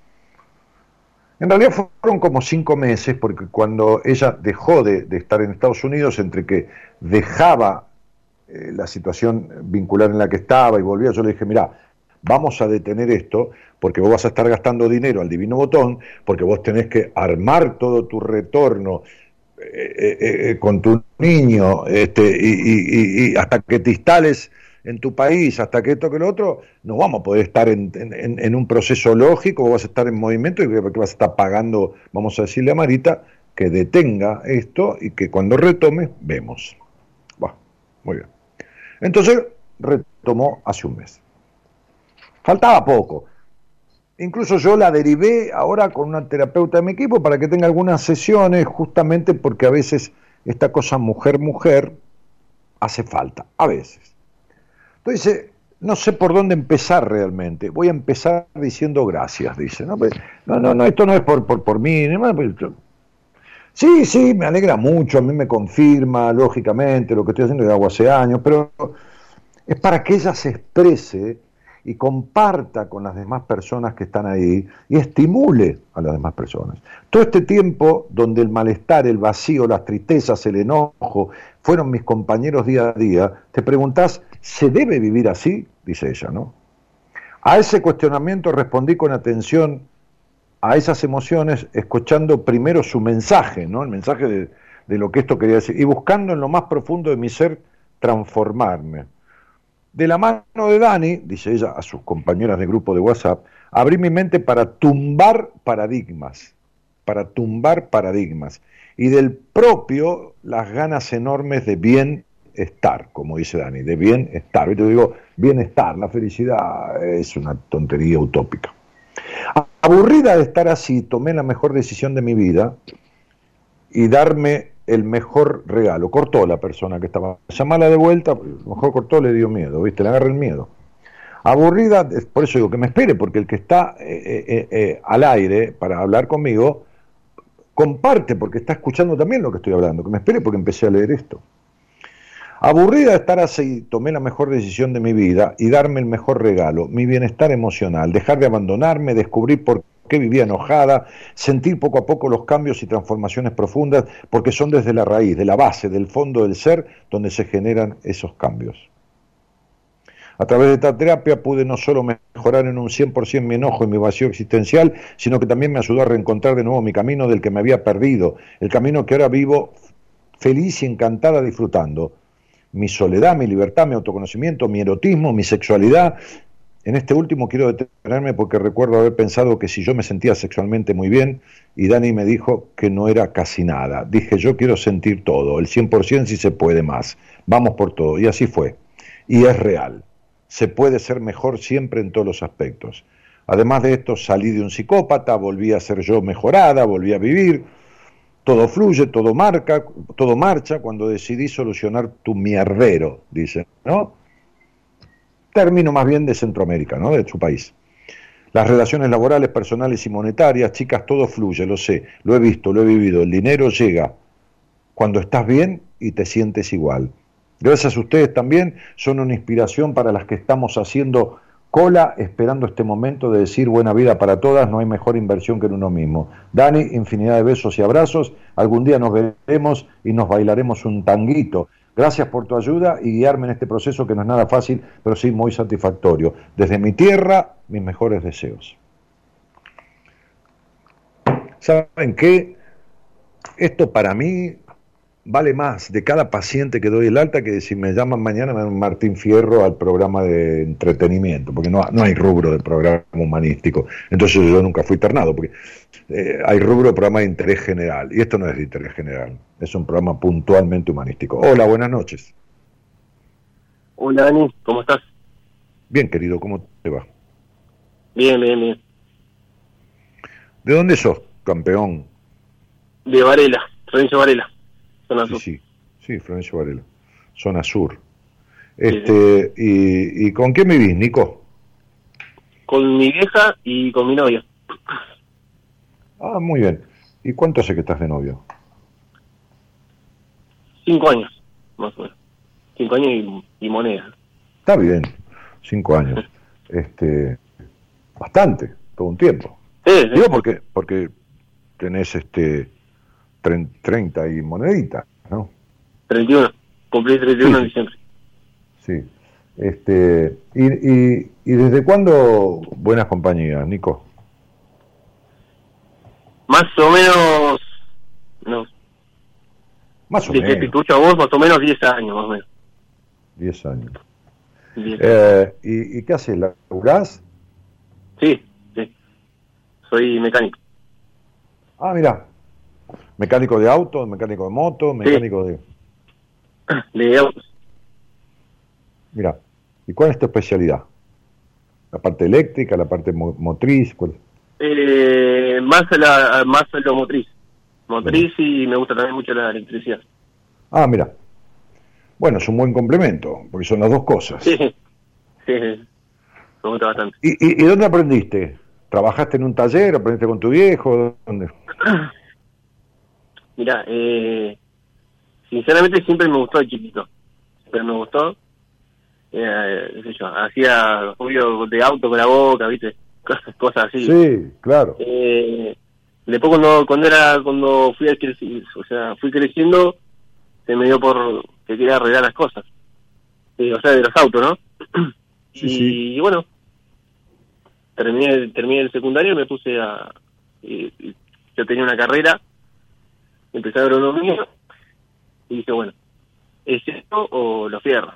en realidad fueron como cinco meses, porque cuando ella dejó de, de estar en Estados Unidos, entre que dejaba eh, la situación vincular en la que estaba y volvía, yo le dije, mirá, vamos a detener esto, porque vos vas a estar gastando dinero al divino botón, porque vos tenés que armar todo tu retorno Eh, eh, eh, con tu niño, este, y, y, y hasta que te instales en tu país, hasta que esto que lo otro, no vamos a poder estar en, en, en un proceso lógico, vos vas a estar en movimiento y que vas a estar pagando, vamos a decirle a Marita, que detenga esto y que cuando retome, vemos. Bueno, muy bien. Entonces, retomó hace un mes. Faltaba poco. Incluso yo la derivé ahora con una terapeuta de mi equipo para que tenga algunas sesiones, justamente porque a veces esta cosa mujer-mujer hace falta, a veces. Entonces, no sé por dónde empezar realmente. Voy a empezar diciendo gracias, dice. No, no, no, no esto no es por, por, por mí. Sí, sí, me alegra mucho, a mí me confirma, lógicamente, lo que estoy haciendo, que hago hace años, pero es para que ella se exprese y comparta con las demás personas que están ahí y estimule a las demás personas. Todo este tiempo donde el malestar, el vacío, las tristezas, el enojo fueron mis compañeros día a día, te preguntás, ¿se debe vivir así? Dice ella, ¿no? A ese cuestionamiento respondí con atención a esas emociones, escuchando primero su mensaje, ¿no? El mensaje de, de lo que esto quería decir, y buscando en lo más profundo de mi ser transformarme. De la mano de Dani, dice ella a sus compañeras de grupo de WhatsApp, abrí mi mente para tumbar paradigmas, para tumbar paradigmas, y del propio las ganas enormes de bienestar, como dice Dani, de bienestar. Y te digo, bienestar, la felicidad es una tontería utópica. Aburrida de estar así, tomé la mejor decisión de mi vida y darme el mejor regalo. Cortó la persona que estaba, llamarla de vuelta, a lo mejor cortó, le dio miedo, ¿viste? Le agarra el miedo. Aburrida, por eso digo que me espere, porque el que está eh, eh, eh, al aire para hablar conmigo, comparte, porque está escuchando también lo que estoy hablando, que me espere porque empecé a leer esto. Aburrida de estar así, tomé la mejor decisión de mi vida y darme el mejor regalo, mi bienestar emocional, dejar de abandonarme, descubrir por qué vivía enojada, sentir poco a poco los cambios y transformaciones profundas, porque son desde la raíz, de la base, del fondo del ser, donde se generan esos cambios. A través de esta terapia pude no solo mejorar en un cien por ciento mi enojo y mi vacío existencial, sino que también me ayudó a reencontrar de nuevo mi camino del que me había perdido, el camino que ahora vivo feliz y encantada disfrutando. Mi soledad, mi libertad, mi autoconocimiento, mi erotismo, mi sexualidad, En este último quiero detenerme porque recuerdo haber pensado que si yo me sentía sexualmente muy bien y Dani me dijo que no era casi nada. Dije, yo quiero sentir todo, el cien por ciento si se puede más. Vamos por todo. Y así fue. Y es real. Se puede ser mejor siempre en todos los aspectos. Además de esto, salí de un psicópata, volví a ser yo mejorada, volví a vivir. Todo fluye, todo marca, todo marcha cuando decidí solucionar tu mierdero, dice, ¿no? Término más bien de Centroamérica, ¿no? De su país. Las relaciones laborales, personales y monetarias, chicas, todo fluye, lo sé, lo he visto, lo he vivido. El dinero llega cuando estás bien y te sientes igual. Gracias a ustedes también, son una inspiración para las que estamos haciendo cola, esperando este momento de decir buena vida para todas, no hay mejor inversión que en uno mismo. Dani, infinidad de besos y abrazos, algún día nos veremos y nos bailaremos un tanguito. Gracias por tu ayuda y guiarme en este proceso que no es nada fácil, pero sí muy satisfactorio. Desde mi tierra, mis mejores deseos. ¿Saben qué? Esto para mí vale más de cada paciente que doy el alta que si me llaman mañana me llaman Martín Fierro al programa de entretenimiento, porque no, no hay rubro de programa humanístico. Entonces yo nunca fui internado, porque eh, hay rubro de programa de interés general, y esto no es de interés general, es un programa puntualmente humanístico. Hola, buenas noches. Hola Dani, ¿cómo estás? Bien, querido, ¿cómo te va? Bien, bien, bien. ¿De dónde sos, campeón? De Varela, Florencio Varela. Zona sí, sur. sí, sí, Florencio Varela, zona sur. Este, sí, sí. Y, ¿Y con quién vivís, Nico? Con mi vieja y con mi novia. Ah, muy bien. ¿Y cuánto hace que estás de novio? Cinco años, más o menos. Cinco años y, y moneda. Está bien, cinco años. este, bastante, todo un tiempo. Sí, sí. Digo porque, porque tenés este treinta y moneditas, ¿no? treinta y uno, cumplí treinta y uno sí, en diciembre. Sí. Este, y, y, ¿Y desde cuándo buenas compañías, Nico? Más o menos, no. Más o Desde menos. que te escucho a vos, más o menos diez años, más o menos. diez años. diez Eh, años. ¿y, ¿Y qué haces? ¿Laburás? Sí, sí. Soy mecánico. Ah, mira. Mecánico de auto, mecánico de moto, mecánico sí. de... De autos. Mira, ¿y cuál es tu especialidad? ¿La parte eléctrica, la parte mo motriz? ¿Cuál? Eh, más la más lo motriz. Motriz bueno. Y me gusta también mucho la electricidad. Ah, mira. Bueno, es un buen complemento, porque son las dos cosas. Sí, sí. Me gusta bastante. ¿Y, y, ¿Y dónde aprendiste? ¿Trabajaste en un taller? ¿Aprendiste con tu viejo? ¿Dónde? Mirá, eh, sinceramente siempre me gustó de chiquito, siempre me gustó, eh, qué sé yo, hacía ruido de auto con la boca, viste, cosas, cosas así. Sí, claro. Eh, después cuando cuando era cuando fui a crecer, o sea, fui creciendo, se me dio por que quería arreglar las cosas, eh, o sea, de los autos, ¿no? Sí, y, sí. y bueno, terminé terminé el secundario y me puse a, eh, yo tenía una carrera. Empecé agronomía y dije, bueno, ¿es esto o los fierros?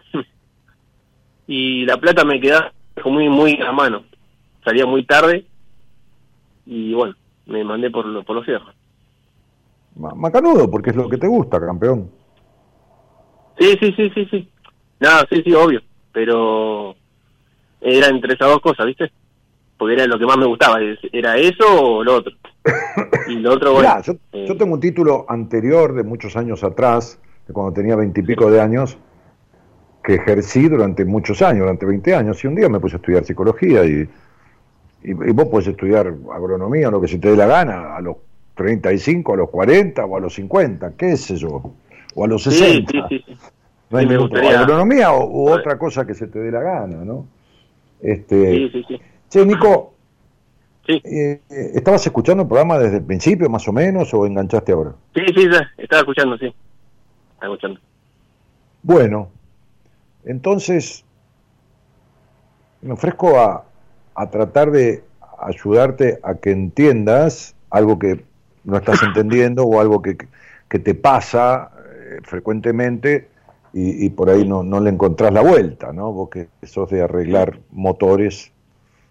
Y la plata me quedaba muy muy a mano. Salía muy tarde y bueno, me mandé por, lo, por los fierros. Macanudo, porque es lo que te gusta, campeón. Sí, sí, sí, sí, sí. No, sí, sí, obvio. Pero era entre esas dos cosas, ¿viste? Porque era lo que más me gustaba. ¿Era eso o lo otro? Y lo otro, bueno, Mirá, yo, eh, yo tengo un título anterior de muchos años atrás, de cuando tenía veintipico de años, que ejercí durante muchos años, durante veinte años, y un día me puse a estudiar psicología y, y, y vos podés estudiar agronomía, lo que se te dé la gana, a los treinta y cinco, a los cuarenta o a los cincuenta, qué sé yo, o a los sesenta. Sí, sí, sí. No hay sí, me gustaría... agronomía o, u otra cosa que se te dé la gana, ¿no? Este... Sí, sí, sí. Che, Nico, sí. eh, ¿estabas escuchando el programa desde el principio, más o menos, o enganchaste ahora? Sí, sí, ya, estaba escuchando, sí. Estaba escuchando. Bueno, entonces me ofrezco a, a tratar de ayudarte a que entiendas algo que no estás entendiendo o algo que, que te pasa eh, frecuentemente y, y por ahí no, no le encontrás la vuelta, ¿no? Vos que sos de arreglar motores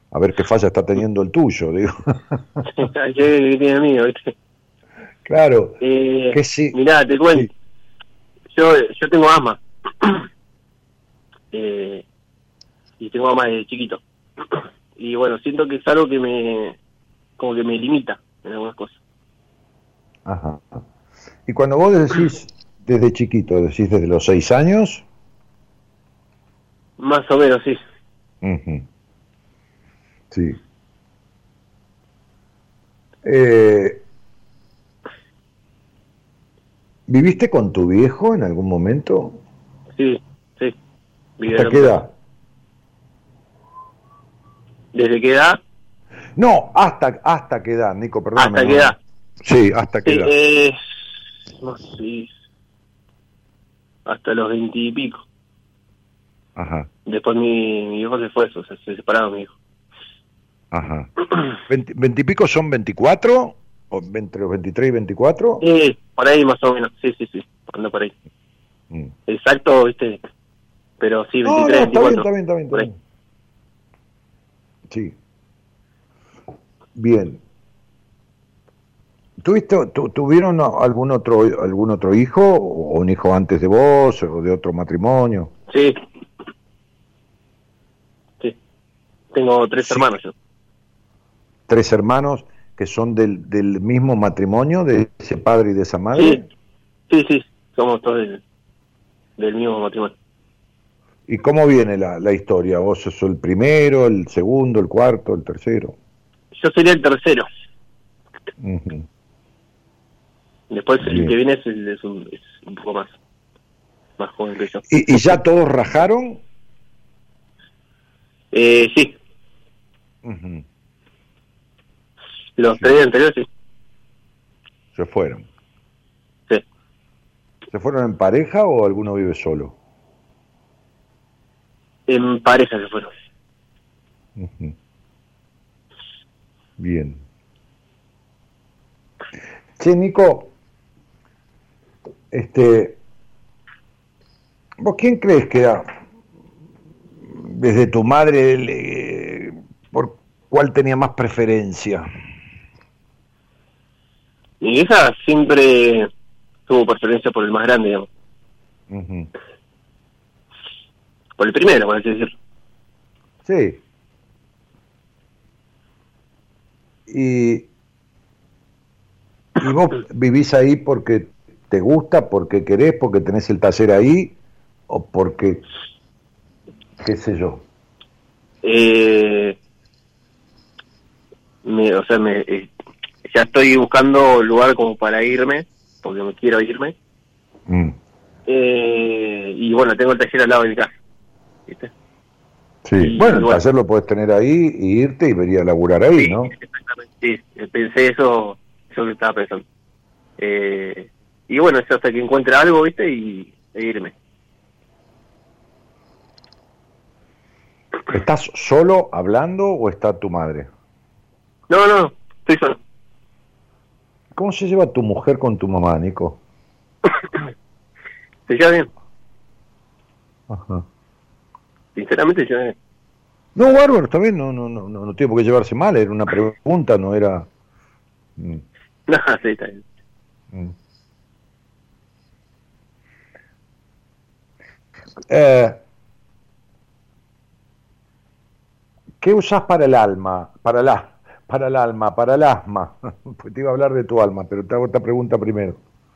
A ver qué falla está teniendo el tuyo, digo. ¿Qué tiene el mío, viste? Claro. Eh, que sí. Mirá, te cuento. Sí. Yo, yo tengo asma. eh, y tengo asma desde chiquito. Y bueno, siento que es algo que me, como que me limita en algunas cosas. Ajá. Y cuando vos decís desde chiquito, decís desde los seis años. Más o menos, sí. Uh-huh. Sí. Eh, ¿Viviste con tu viejo en algún momento? Sí, sí. ¿Hasta qué edad? ¿Desde qué edad? No, hasta hasta qué edad, Nico, perdón. ¿Hasta qué edad? Sí, hasta qué sí, edad. Eh, no sé. Hasta los veintipico. Ajá. Después mi, mi hijo se fue, o sea, se separaron mi hijo. Ajá. ¿Veintipico son veinticuatro? ¿O entre los veintitrés y veinticuatro? Sí, por ahí más o menos, sí, sí, sí, ando por ahí. Mm. Exacto, viste, pero sí, veintitrés, no, no, veinticuatro. Está bien, está bien, está bien. Sí. Bien. ¿Tuviste, tu, ¿Tuvieron algún otro algún otro hijo? ¿O un hijo antes de vos? ¿O de otro matrimonio? Sí. Sí. Tengo tres sí. hermanos yo. ¿Tres hermanos que son del, del mismo matrimonio, de ese padre y de esa madre? Sí, sí, sí. Somos todos del, del mismo matrimonio. ¿Y cómo viene la, la historia? ¿Vos sos el primero, el segundo, el cuarto, el tercero? Yo sería el tercero. Uh-huh. Después Bien. el que viene es, es, un, es un poco más más joven que yo. ¿Y, y ya todos rajaron? Eh, sí. Uh-huh. Los sí. tres anteriores, sí. Se fueron. Sí. ¿Se fueron en pareja o alguno vive solo? En pareja se fueron. Uh-huh. Bien. Che, Nico, este, ¿vos quién crees que era, desde tu madre, le, por cuál tenía más preferencia? Mi vieja siempre tuvo preferencia por el más grande, digamos. Uh-huh. Por el primero, por así decirlo. Sí. Y, y vos vivís ahí porque te gusta, porque querés, porque tenés el taller ahí, o porque, qué sé yo. Eh, me, o sea, me, eh, ya estoy buscando lugar como para irme, porque me quiero irme. Mm. Eh, y bueno, tengo el taller al lado de mi casa, ¿viste? Sí, y, bueno, el bueno, taller lo podés tener ahí y irte y venir a laburar ahí, sí, ¿no? Exactamente, sí, pensé eso, eso que estaba pensando. Eh, y bueno, es hasta que encuentre algo, ¿viste? Y e irme. ¿Estás solo hablando o está tu madre? No, no, estoy solo. ¿Cómo se lleva tu mujer con tu mamá, Nico? ¿Se lleva bien? Ajá. Sinceramente, se lleva bien. No, bárbaro, está bien, no, no, no, no, no tiene por qué llevarse mal, era una pregunta, no era... Mm. No, sí, está bien. Mm. Eh, ¿Qué usás para el alma? Para la, para el alma, para el asma. Pues te iba a hablar de tu alma, pero te hago esta pregunta primero.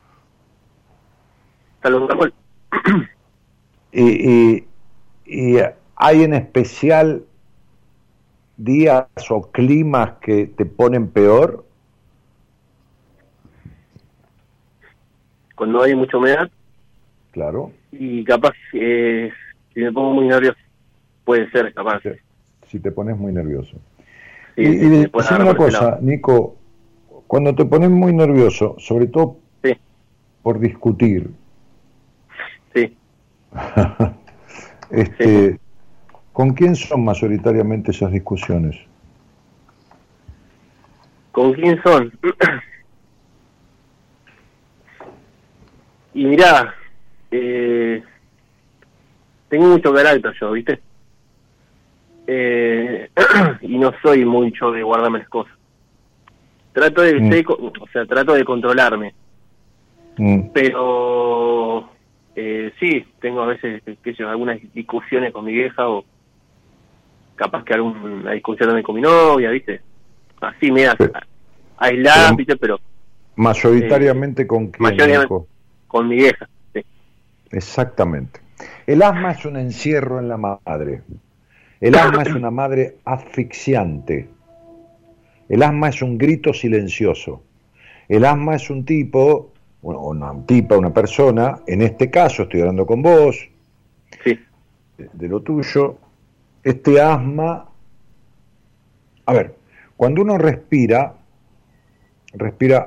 Salud, Ramón. Y, y, y hay en especial días o climas que te ponen peor. Cuando hay mucha humedad. Claro. Y capaz, eh, si me pongo muy nervioso, puede ser capaz. Si te, si te pones muy nervioso. Sí, y sí, y decime una cosa, Nico, cuando te pones muy nervioso, sobre todo sí. por discutir, sí. este, sí. ¿con quién son mayoritariamente esas discusiones? ¿Con quién son? Y mirá, eh, tengo mucho carácter yo, ¿viste? eh, y no soy mucho de guardarme las cosas. Trato de, Mm. ser, o sea, trato de controlarme. Mm. Pero eh, sí, tengo a veces, qué sé yo, algunas discusiones con mi vieja o capaz que alguna discusión también con mi novia, ¿viste? Así me da Pero- aislada, pero- ¿viste? Pero Mayoritariamente con quién, mayoritariamente Nico? con mi vieja, sí. Exactamente. El asma es un encierro en la madre. El asma es una madre asfixiante. El asma es un grito silencioso. El asma es un tipo, bueno, una tipa, una persona, en este caso estoy hablando con vos, Sí, de, de lo tuyo, este asma, a ver, cuando uno respira, respira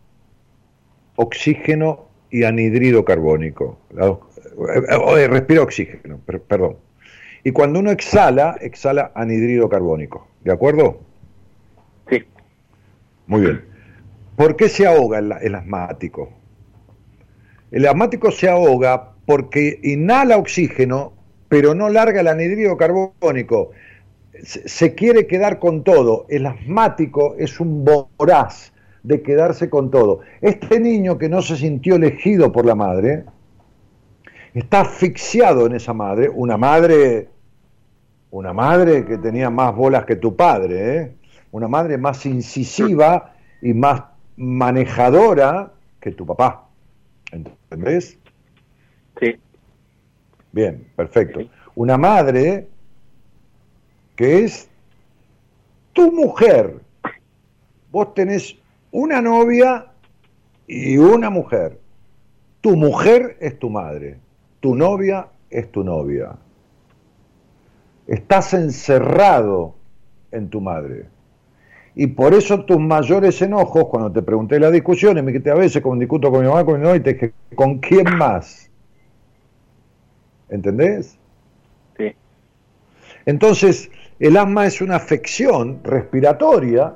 oxígeno y anhidrido carbónico, la dos- eh, eh, respira oxígeno, per- perdón, y cuando uno exhala, exhala anhidrido carbónico, ¿de acuerdo? sí, Muy bien. ¿Por qué se ahoga el, el asmático? El asmático se ahoga porque inhala oxígeno, pero no larga el anhidrido carbónico. Se, se quiere quedar con todo. El asmático es un voraz de quedarse con todo. Este niño que no se sintió elegido por la madre, está asfixiado en esa madre, una madre, una madre que tenía más bolas que tu padre, ¿eh? Una madre más incisiva y más manejadora que tu papá. ¿Entendés? sí, Bien, perfecto. Sí. Una madre que es tu mujer. Vos tenés una novia y una mujer. Tu mujer es tu madre. Tu novia es tu novia. Estás encerrado en tu madre. Y por eso tus mayores enojos, cuando te pregunté las discusiones, me dijiste a veces, como discuto con mi mamá, con mi novia, y te dije, ¿con quién más? ¿Entendés? sí, Entonces, el asma es una afección respiratoria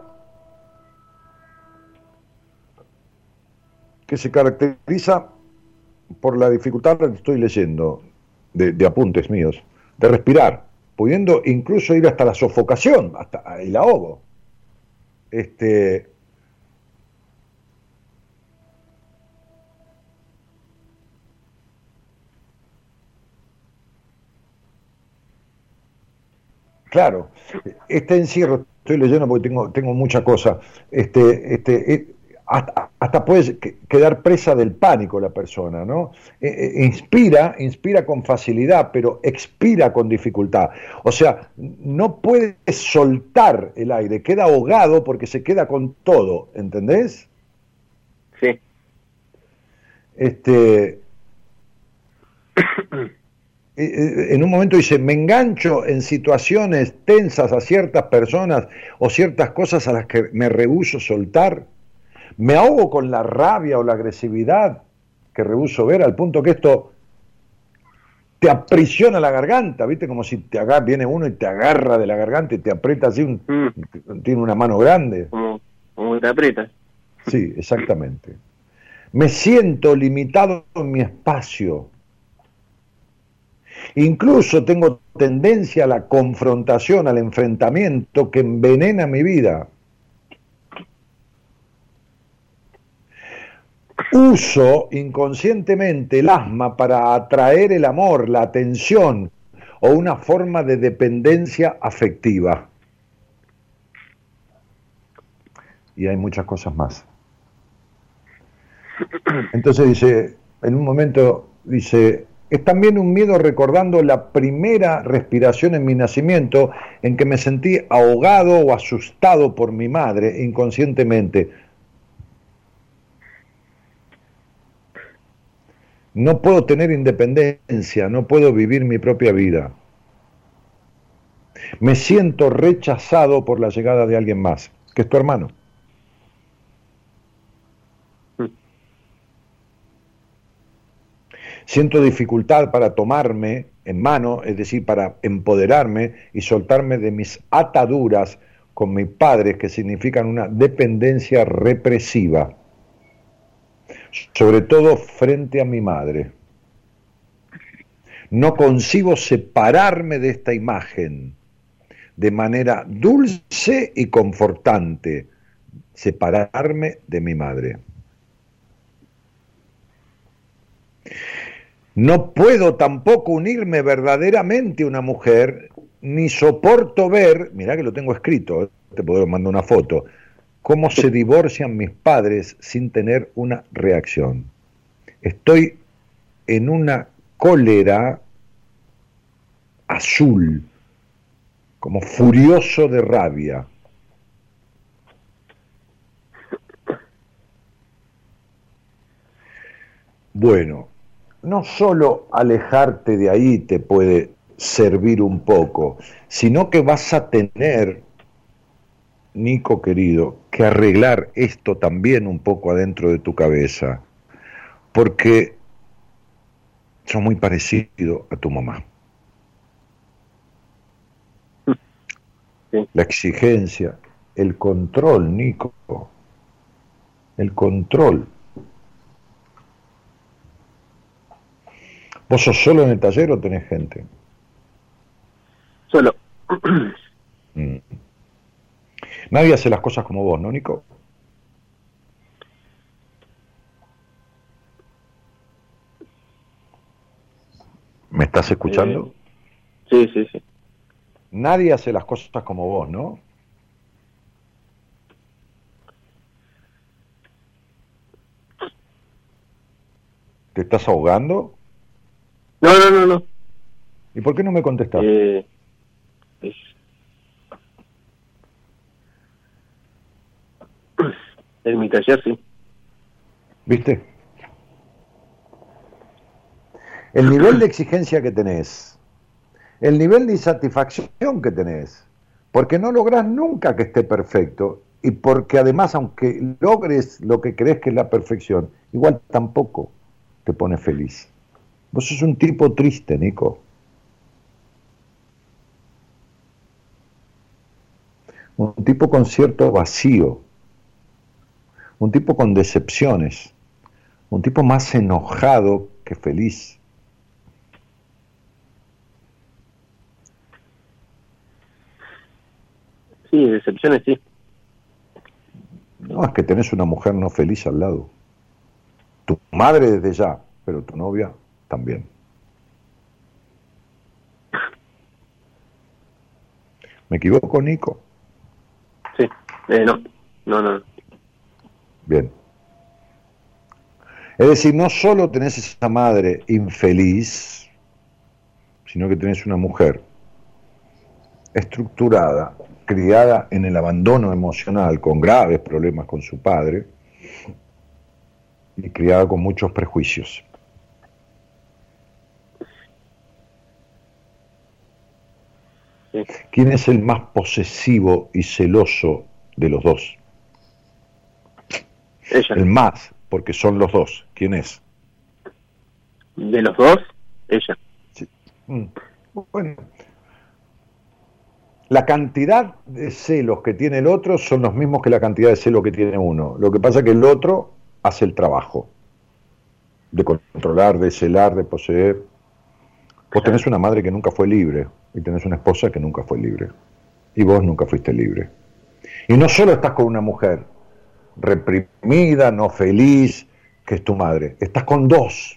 que se caracteriza por la dificultad que estoy leyendo, de, de apuntes míos, de respirar, pudiendo incluso ir hasta la sofocación, hasta el ahogo. Este, claro, este encierro, estoy leyendo porque tengo, tengo mucha cosa, este, este, eh, hasta, hasta puede que- quedar presa del pánico la persona, ¿no? Eh, eh, inspira, inspira con facilidad, pero expira con dificultad. O sea, no puede soltar el aire, queda ahogado porque se queda con todo, ¿entendés? sí, Este, en un momento dice, me engancho en situaciones tensas a ciertas personas o ciertas cosas a las que me rehúso soltar, me ahogo con la rabia o la agresividad que rehúso ver, al punto que esto te aprisiona la garganta, ¿viste? Como si te agarra, viene uno y te agarra de la garganta y te aprieta así, un, mm, tiene una mano grande. como, como te aprieta. Sí, exactamente. Me siento limitado en mi espacio. Incluso tengo tendencia a la confrontación, al enfrentamiento que envenena mi vida. Uso inconscientemente el asma para atraer el amor, la atención o una forma de dependencia afectiva. Y hay muchas cosas más. Entonces dice, en un momento dice, es también un miedo recordando la primera respiración en mi nacimiento en que me sentí ahogado o asustado por mi madre inconscientemente. No puedo tener independencia, no puedo vivir mi propia vida. Me siento rechazado por la llegada de alguien más, que es tu hermano. Siento dificultad para tomarme en mano, es decir, para empoderarme y soltarme de mis ataduras con mis padres, que significan una dependencia represiva, sobre todo frente a mi madre. No concibo separarme de esta imagen. de manera dulce y confortante separarme de mi madre. No puedo tampoco unirme verdaderamente a una mujer, ni soporto ver, mirá que lo tengo escrito, te puedo mandar una foto, cómo se divorcian mis padres sin tener una reacción. Estoy en una cólera azul, como furioso de rabia. Bueno, no solo alejarte de ahí te puede servir un poco, sino que vas a tener, Nico querido, que arreglar esto también un poco adentro de tu cabeza, porque sos muy parecido a tu mamá. Sí. La exigencia, el control, Nico, el control. ¿Vos sos solo en el taller o tenés gente? Solo. Mm. Nadie hace las cosas como vos, ¿no, Nico? ¿Me estás escuchando? Eh, sí, sí, sí. Nadie hace las cosas como vos, ¿no? ¿Te estás ahogando? No, no, no, no. ¿Y por qué no me contestás? Eh, es... En mi taller, sí. ¿Viste? El nivel de exigencia que tenés, el nivel de insatisfacción que tenés, porque no lográs nunca que esté perfecto, y porque además, aunque logres lo que crees que es la perfección, igual tampoco te pone feliz. Vos sos un tipo triste, Nico. Un tipo con cierto vacío, un tipo con decepciones, un tipo más enojado que feliz. Sí, decepciones, sí. No, es que tenés una mujer no feliz al lado. Tu madre desde ya, pero tu novia también. ¿Me equivoco, Nico? Sí. Eh, no, no, no. Bien. Es decir, no solo tenés esa madre infeliz, sino que tenés una mujer estructurada, criada en el abandono emocional, con graves problemas con su padre, y criada con muchos prejuicios. Sí. ¿Quién es el más posesivo y celoso de los dos? Ella. El más, porque son los dos. ¿Quién es? De los dos, ella. Sí. Mm. Bueno, la cantidad de celos que tiene el otro son los mismos que la cantidad de celos que tiene uno. Lo que pasa es que el otro hace el trabajo de controlar, de celar, de poseer. Vos tenés una madre que nunca fue libre y tenés una esposa que nunca fue libre. Y vos nunca fuiste libre. Y no solo estás con una mujer reprimida, no feliz, que es tu madre. Estás con dos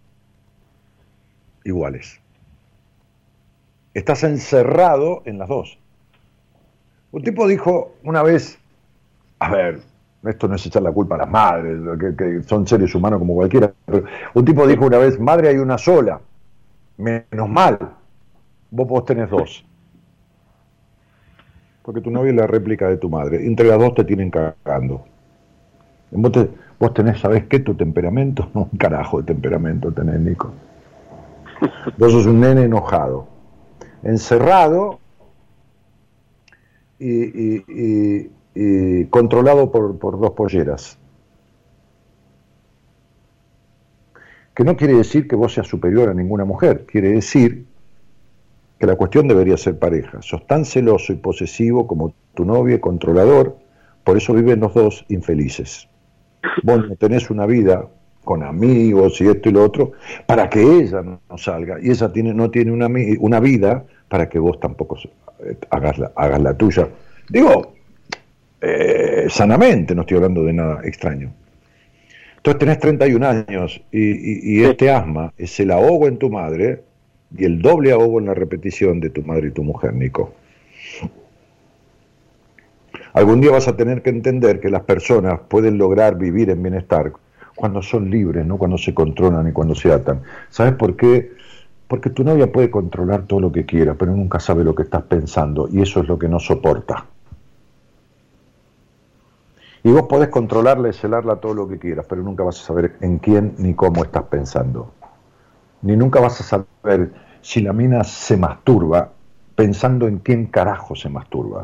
iguales. Estás encerrado en las dos. Un tipo dijo una vez, a ver, esto no es echar la culpa a las madres, que, que son seres humanos como cualquiera, pero un tipo dijo una vez, madre hay una sola, menos mal, vos, vos tenés dos. Porque tu novia es la réplica de tu madre, entre las dos te tienen cagando. Vos, te, vos tenés, ¿sabés qué? Tu temperamento, no, un carajo de temperamento tenés, Nico. Vos sos un nene enojado, encerrado y, y, y, y controlado por, por dos polleras. Que no quiere decir que vos seas superior a ninguna mujer, quiere decir que la cuestión debería ser pareja. Sos tan celoso y posesivo como tu novia, controlador, por eso viven los dos infelices. Vos no tenés una vida con amigos y esto y lo otro, para que ella no, no salga. Y ella tiene, no tiene una, una vida para que vos tampoco hagas la, hagas la tuya. Digo, eh, sanamente, no estoy hablando de nada extraño. Entonces tenés treinta y un años y, y, y este asma es el ahogo en tu madre y el doble ahogo en la repetición de tu madre y tu mujer, Nico. Algún día vas a tener que entender que las personas pueden lograr vivir en bienestar cuando son libres, no cuando se controlan y cuando se atan. ¿Sabes por qué? Porque tu novia puede controlar todo lo que quiera, pero nunca sabe lo que estás pensando y eso es lo que no soporta. Y vos podés controlarla y celarla todo lo que quieras, pero nunca vas a saber en quién ni cómo estás pensando. Ni nunca vas a saber si la mina se masturba pensando en quién carajo se masturba.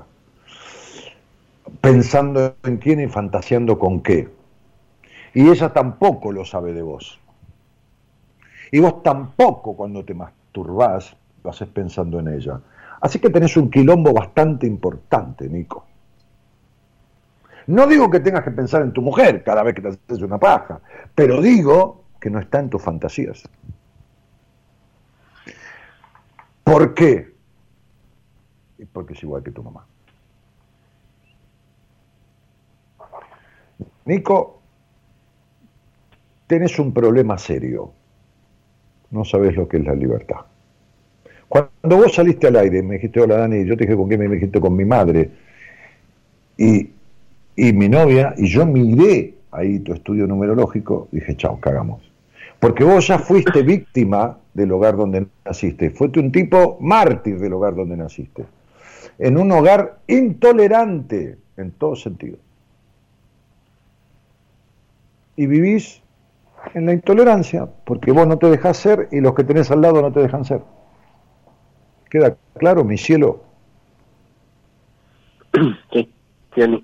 Pensando en quién y fantaseando con qué. Y ella tampoco lo sabe de vos. Y vos tampoco cuando te masturbás lo haces pensando en ella. Así que tenés un quilombo bastante importante, Nico. No digo que tengas que pensar en tu mujer cada vez que te haces una paja, pero digo que no está en tus fantasías. ¿Por qué? Porque es igual que tu mamá. Nico, tenés un problema serio. No sabés lo que es la libertad. Cuando vos saliste al aire y me dijiste, hola Dani, yo te dije con quién me dijiste, con mi madre y, y mi novia, y yo miré ahí tu estudio numerológico, dije, chao, cagamos. Porque vos ya fuiste víctima del hogar donde naciste, fuiste un tipo mártir del hogar donde naciste, en un hogar intolerante en todo sentido. Y vivís en la intolerancia, porque vos no te dejás ser y los que tenés al lado no te dejan ser. ¿Queda claro, mi cielo? Sí, sí.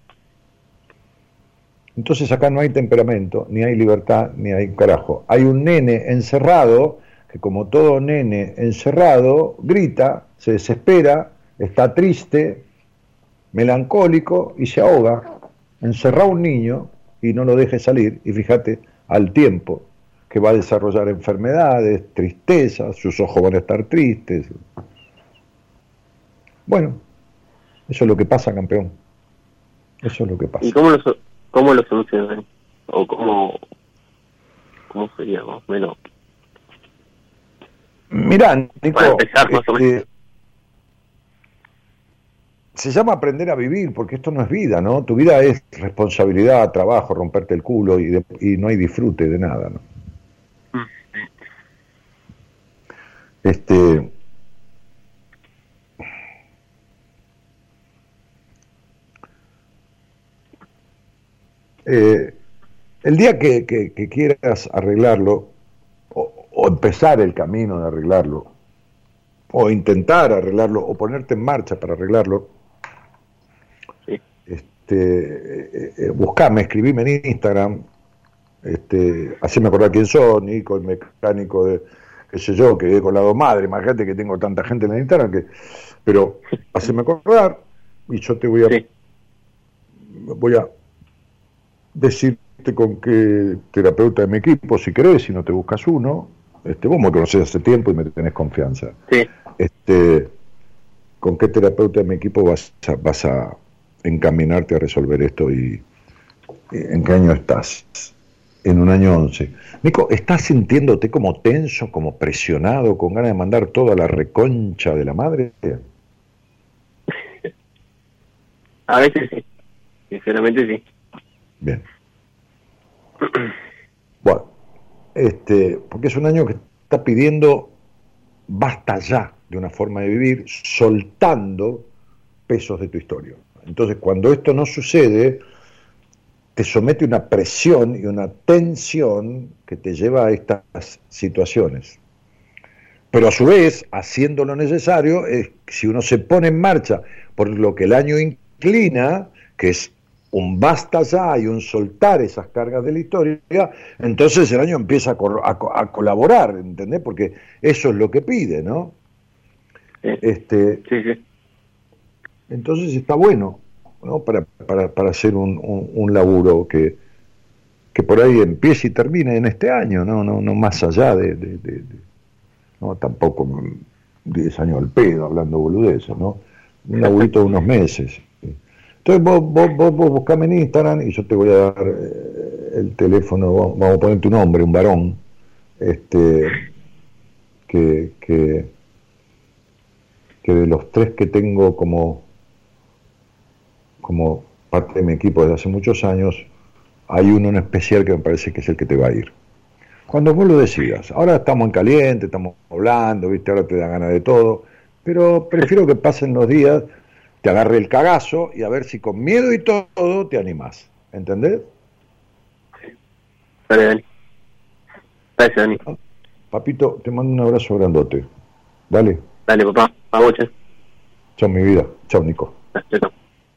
Entonces acá no hay temperamento, ni hay libertad, ni hay carajo. Hay un nene encerrado, que como todo nene encerrado, grita, se desespera, está triste, melancólico y se ahoga. Encerrá a un niño y no lo deje salir, y fíjate al tiempo que va a desarrollar enfermedades, tristezas, sus ojos van a estar tristes. Bueno, eso es lo que pasa, campeón. Eso es lo que pasa. ¿Y cómo lo, cómo lo solucionan? ¿O cómo, cómo sería más o menos? Mirá, Nico, para empezar, más o menos. Este, se llama aprender a vivir, porque esto no es vida, ¿no? Tu vida es responsabilidad, trabajo, romperte el culo y, de, y no hay disfrute de nada, ¿no? Este, eh, el día que, que, que quieras arreglarlo, o, o empezar el camino de arreglarlo, o intentar arreglarlo, o ponerte en marcha para arreglarlo, sí. este, eh, eh, buscame, escribime en Instagram, este, haceme acordar quién sos, Nico, el mecánico de, qué sé yo, que he colado madre, imagínate que tengo tanta gente en el Instagram, que, pero haceme acordar, y yo te voy a, sí. voy a decirte con qué terapeuta de mi equipo, si querés, si no te buscas uno, este, vos me conocés hace tiempo y me tenés confianza. Sí. Este, ¿con qué terapeuta de mi equipo vas a, vas a encaminarte a resolver esto? Y, y ¿en qué año estás? En un año once. Nico, ¿estás sintiéndote como tenso, como presionado, con ganas de mandar todo a la reconcha de la madre? A veces sí, sinceramente sí. Bien. Bueno, este, porque es un año que está pidiendo basta ya de una forma de vivir, soltando pesos de tu historia. Entonces, cuando esto no sucede, te somete una presión y una tensión que te lleva a estas situaciones. Pero a su vez, haciendo lo necesario, es, si uno se pone en marcha por lo que el año inclina, que es un basta ya y un soltar esas cargas de la historia, entonces el año empieza a, co- a, co- a colaborar, ¿entendés? Porque eso es lo que pide, ¿no? Sí. Este, Sí, sí. entonces está bueno, ¿no? Para, para, para hacer un, un, un laburo que, que por ahí empiece y termine en este año, no, no, no más allá de, de, de, de no tampoco diez años al pedo hablando boludeces, ¿no? Un laburito de unos meses. Entonces vos, vos, vos, vos buscame en Instagram y yo te voy a dar eh, el teléfono, vamos a poner tu nombre, un varón, este, que, que, que de los tres que tengo como, como parte de mi equipo desde hace muchos años, hay uno en especial que me parece que es el que te va a ir. Cuando vos lo decidas. Ahora estamos en caliente, estamos hablando, ¿viste? Ahora te da ganas de todo, pero prefiero que pasen los días, te agarre el cagazo y a ver si con miedo y todo te animás. ¿Entendés? Dale, Dani. Gracias, Dani. Papito, te mando un abrazo grandote. ¿Vale? Dale, papá. Vamos, che. Chao, mi vida. Chao, Nico. Chao, chao.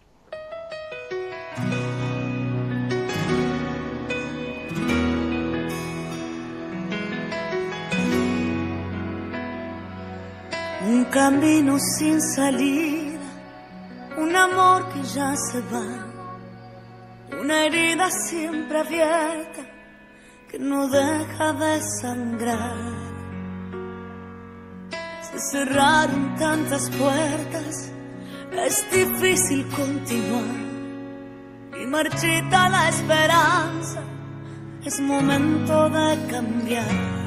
Un camino sin salida, un amor que ya se va, una herida siempre abierta que no deja de sangrar. Se cerraron tantas puertas, es difícil continuar y marchita la esperanza, es momento de cambiar.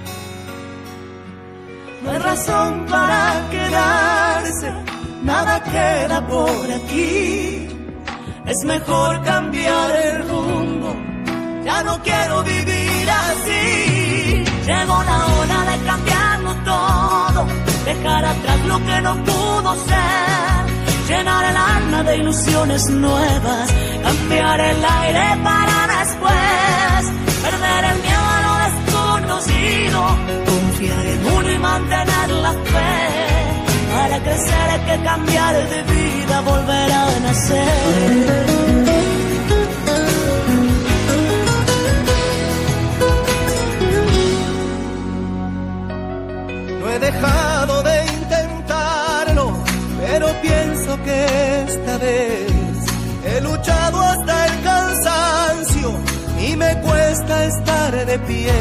No hay razón para quedarse, nada queda por aquí. Es mejor cambiar el rumbo, ya no quiero vivir así. Llegó la hora de cambiarlo todo, dejar atrás lo que no pudo ser, llenar el alma de ilusiones nuevas, cambiar el aire para después, perder el miedo a lo desconocido, confiar en uno y mantener la fe. Para crecer hay que cambiar de vida, volver a nacer. No he dejado de intentarlo, pero pienso que esta vez he luchado hasta el cansancio y me cuesta estar de pie.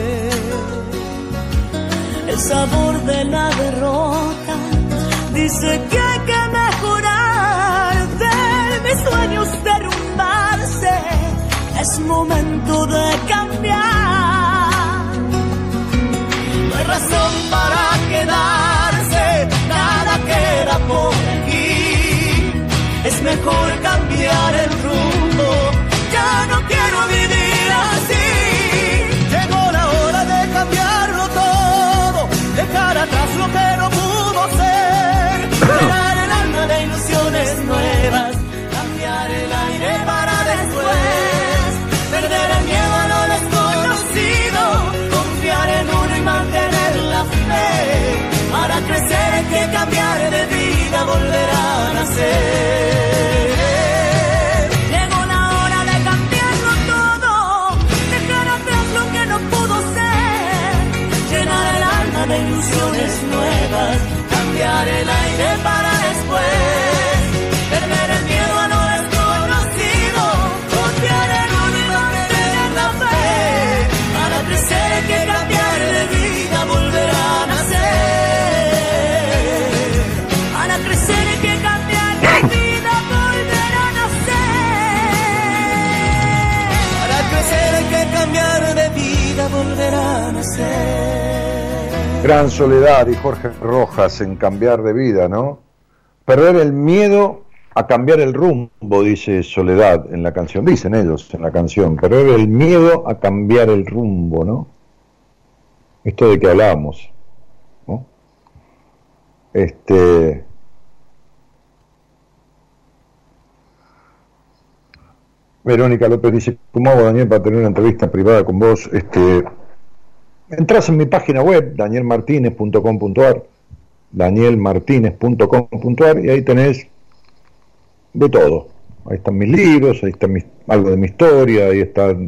El sabor de la derrota dice que hay que mejorar, ver mis sueños derrumbarse, es momento de cambiar. No hay razón para quedarse, nada queda por aquí, es mejor cambiar el rumbo, ya no quiero vivir así. Llegó la hora de cambiarlo todo, dejar atrás lo que no pudo ser, crear el alma de ilusiones nuevas, cambiar el aire para después, perder el miedo a lo desconocido, confiar en uno y mantener la fe. Para crecer hay que cambiar de vida, volver a nacer. Llegó la hora de cambiarlo todo, dejar atrás lo que no pudo ser, llenar el alma de ilusiones nuevas, cambiar el aire para después, perder el miedo a lo desconocido, confiar en uno y mantener la fe. Para crecer hay que cambiar de vida, volver a nacer. Para crecer hay que cambiar de vida, volver a nacer. Para crecer hay que cambiar de vida, volver a nacer. Gran Soledad y Jorge Rojas en Cambiar de Vida, ¿no? Perder el miedo a cambiar el rumbo, dice Soledad en la canción, dicen ellos en la canción, perder el miedo a cambiar el rumbo, ¿no? Esto de que hablábamos, ¿no? Este... Verónica López dice, ¿cómo hago, Daniel, para tener una entrevista privada con vos? Este... Entrás en mi página web, daniel martinez punto com punto a r, daniel martinez punto com punto a r, y ahí tenés de todo. Ahí están mis libros, ahí está mi, algo de mi historia, ahí está el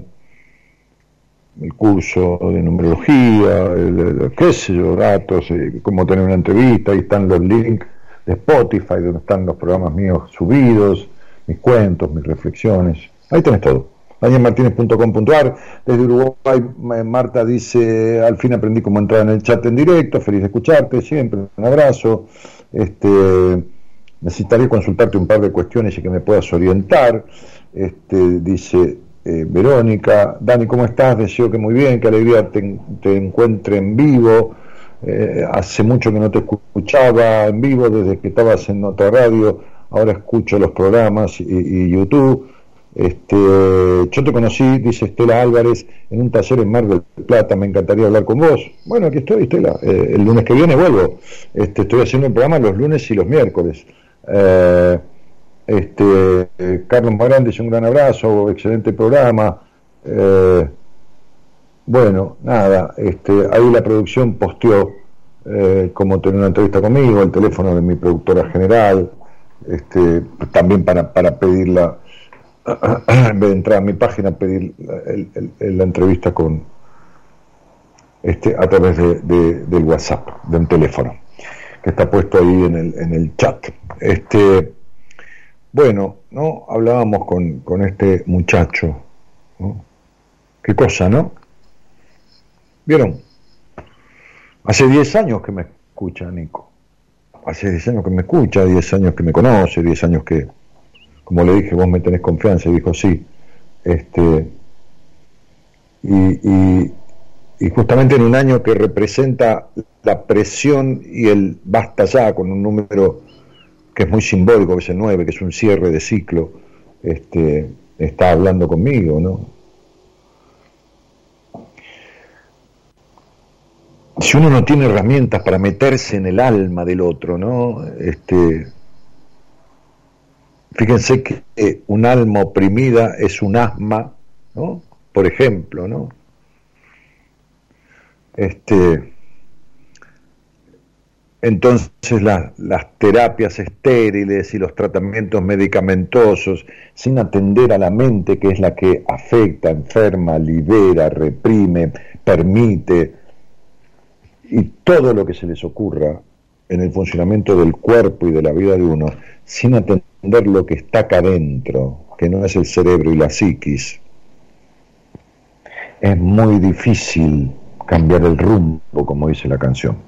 curso de numerología, el, el, qué sé yo, datos, eh, cómo tener una entrevista, ahí están los links de Spotify, donde están los programas míos subidos, mis cuentos, mis reflexiones, ahí tenés todo. daniel martinez punto com punto a r. Desde Uruguay, Marta dice, al fin aprendí cómo entrar en el chat en directo, feliz de escucharte, siempre, un abrazo. Este, necesitaría consultarte un par de cuestiones y que me puedas orientar. Este, dice eh, Verónica, Dani, ¿cómo estás? Deseo que muy bien, que alegría te, te encuentre en vivo. Eh, hace mucho que no te escuchaba en vivo, desde que estabas en otra radio, ahora escucho los programas y, y YouTube. Este, yo te conocí, dice Estela Álvarez, en un taller en Mar del Plata, me encantaría hablar con vos. Bueno, aquí estoy, Estela, eh, el lunes que viene vuelvo. Este, estoy haciendo el programa los lunes y los miércoles. Eh, este, eh, Carlos Marán dice un gran abrazo, excelente programa. Eh, bueno, nada, este, ahí la producción posteó eh, cómo tener una entrevista conmigo, el teléfono de mi productora general, este, también para, para pedirla. En vez de entrar a mi página, pedir el, el, el, la entrevista con este a través de, de, del WhatsApp, de un teléfono que está puesto ahí en el, en el chat. Este, bueno, no hablábamos con, con este muchacho, ¿no? Qué cosa, ¿no? ¿Vieron? Hace diez años que me escucha Nico. Hace diez años que me escucha, diez años que me conoce, diez años que, como le dije, vos me tenés confianza, y dijo sí. Este, y, y, y justamente en un año que representa la presión y el basta ya, con un número que es muy simbólico, que es el nueve, que es un cierre de ciclo, este, está hablando conmigo, ¿no? Si uno no tiene herramientas para meterse en el alma del otro, ¿no? Este, fíjense que eh, un alma oprimida es un asma, ¿no? Por ejemplo, ¿no? Este, entonces la, las terapias estériles y los tratamientos medicamentosos, sin atender a la mente, que es la que afecta, enferma, libera, reprime, permite, y todo lo que se les ocurra en el funcionamiento del cuerpo y de la vida de uno, sin atender lo que está acá adentro, que no es el cerebro y la psiquis, es muy difícil cambiar el rumbo, como dice la canción.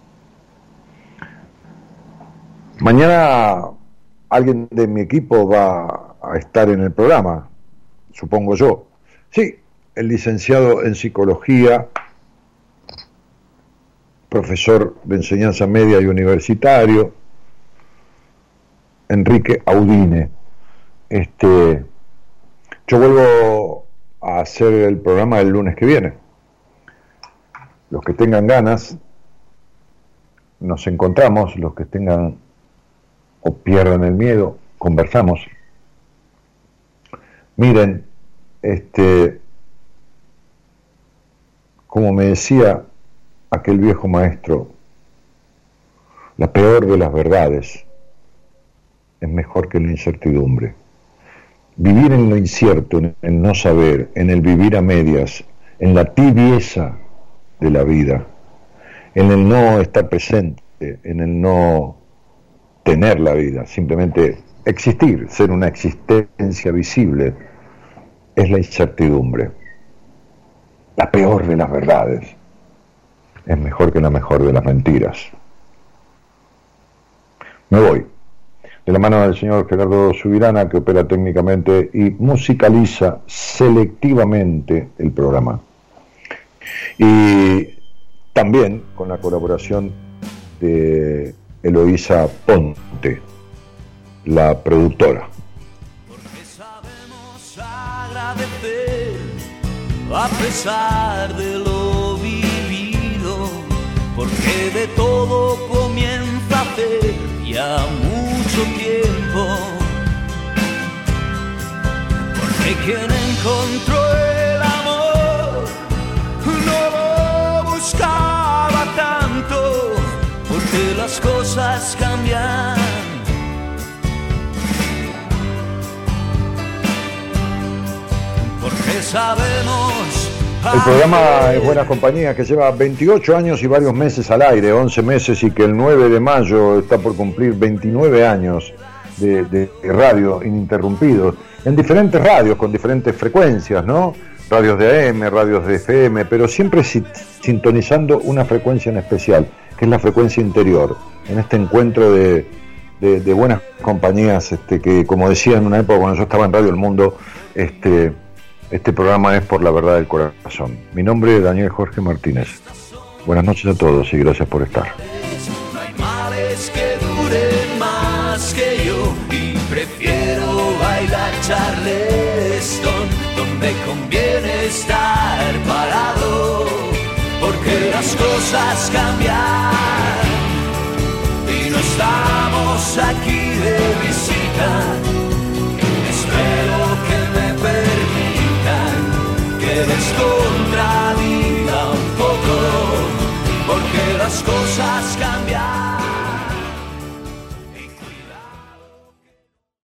Mañana alguien de mi equipo va a estar en el programa, supongo yo. Sí, el licenciado en psicología, profesor de enseñanza media y universitario, Enrique Audine. Este, yo vuelvo a hacer el programa el lunes que viene. Los que tengan ganas, nos encontramos, los que tengan o pierdan el miedo, conversamos. Miren, este, como me decía aquel viejo maestro, la peor de las verdades es mejor que la incertidumbre. Vivir en lo incierto, en el no saber, en el vivir a medias, en la tibieza de la vida, en el no estar presente, en el no tener la vida, simplemente existir, ser una existencia visible, es la incertidumbre. La peor de las verdades es mejor que la mejor de las mentiras. Me voy. De la mano del señor Gerardo Subirana, que opera técnicamente y musicaliza selectivamente el programa. Y también con la colaboración de Eloísa Ponte, la productora. Porque sabemos agradecer a pesar de lo vivido, porque de todo comienza hace ya mucho tiempo, porque quien encontró el amor no lo buscaba tanto, porque las cosas cambian. Porque sabemos. El programa Es Buena Compañía, que lleva veintiocho años y varios meses al aire, once meses, y que el nueve de mayo está por cumplir veintinueve años de, de radio ininterrumpidos, en diferentes radios, con diferentes frecuencias, ¿no? Radios de A M, radios de F M, pero siempre si, sintonizando una frecuencia en especial, que es la frecuencia interior, en este encuentro de, de, de buenas compañías, este, que como decía en una época cuando yo estaba en Radio El Mundo, este, este programa es por la verdad del corazón. Mi nombre es Daniel Jorge Martínez. Buenas noches a todos y gracias por estar. No hay males que duren más que yo y prefiero bailar Charleston, donde conviene estar parado, porque las cosas cambian y no estamos aquí de visita.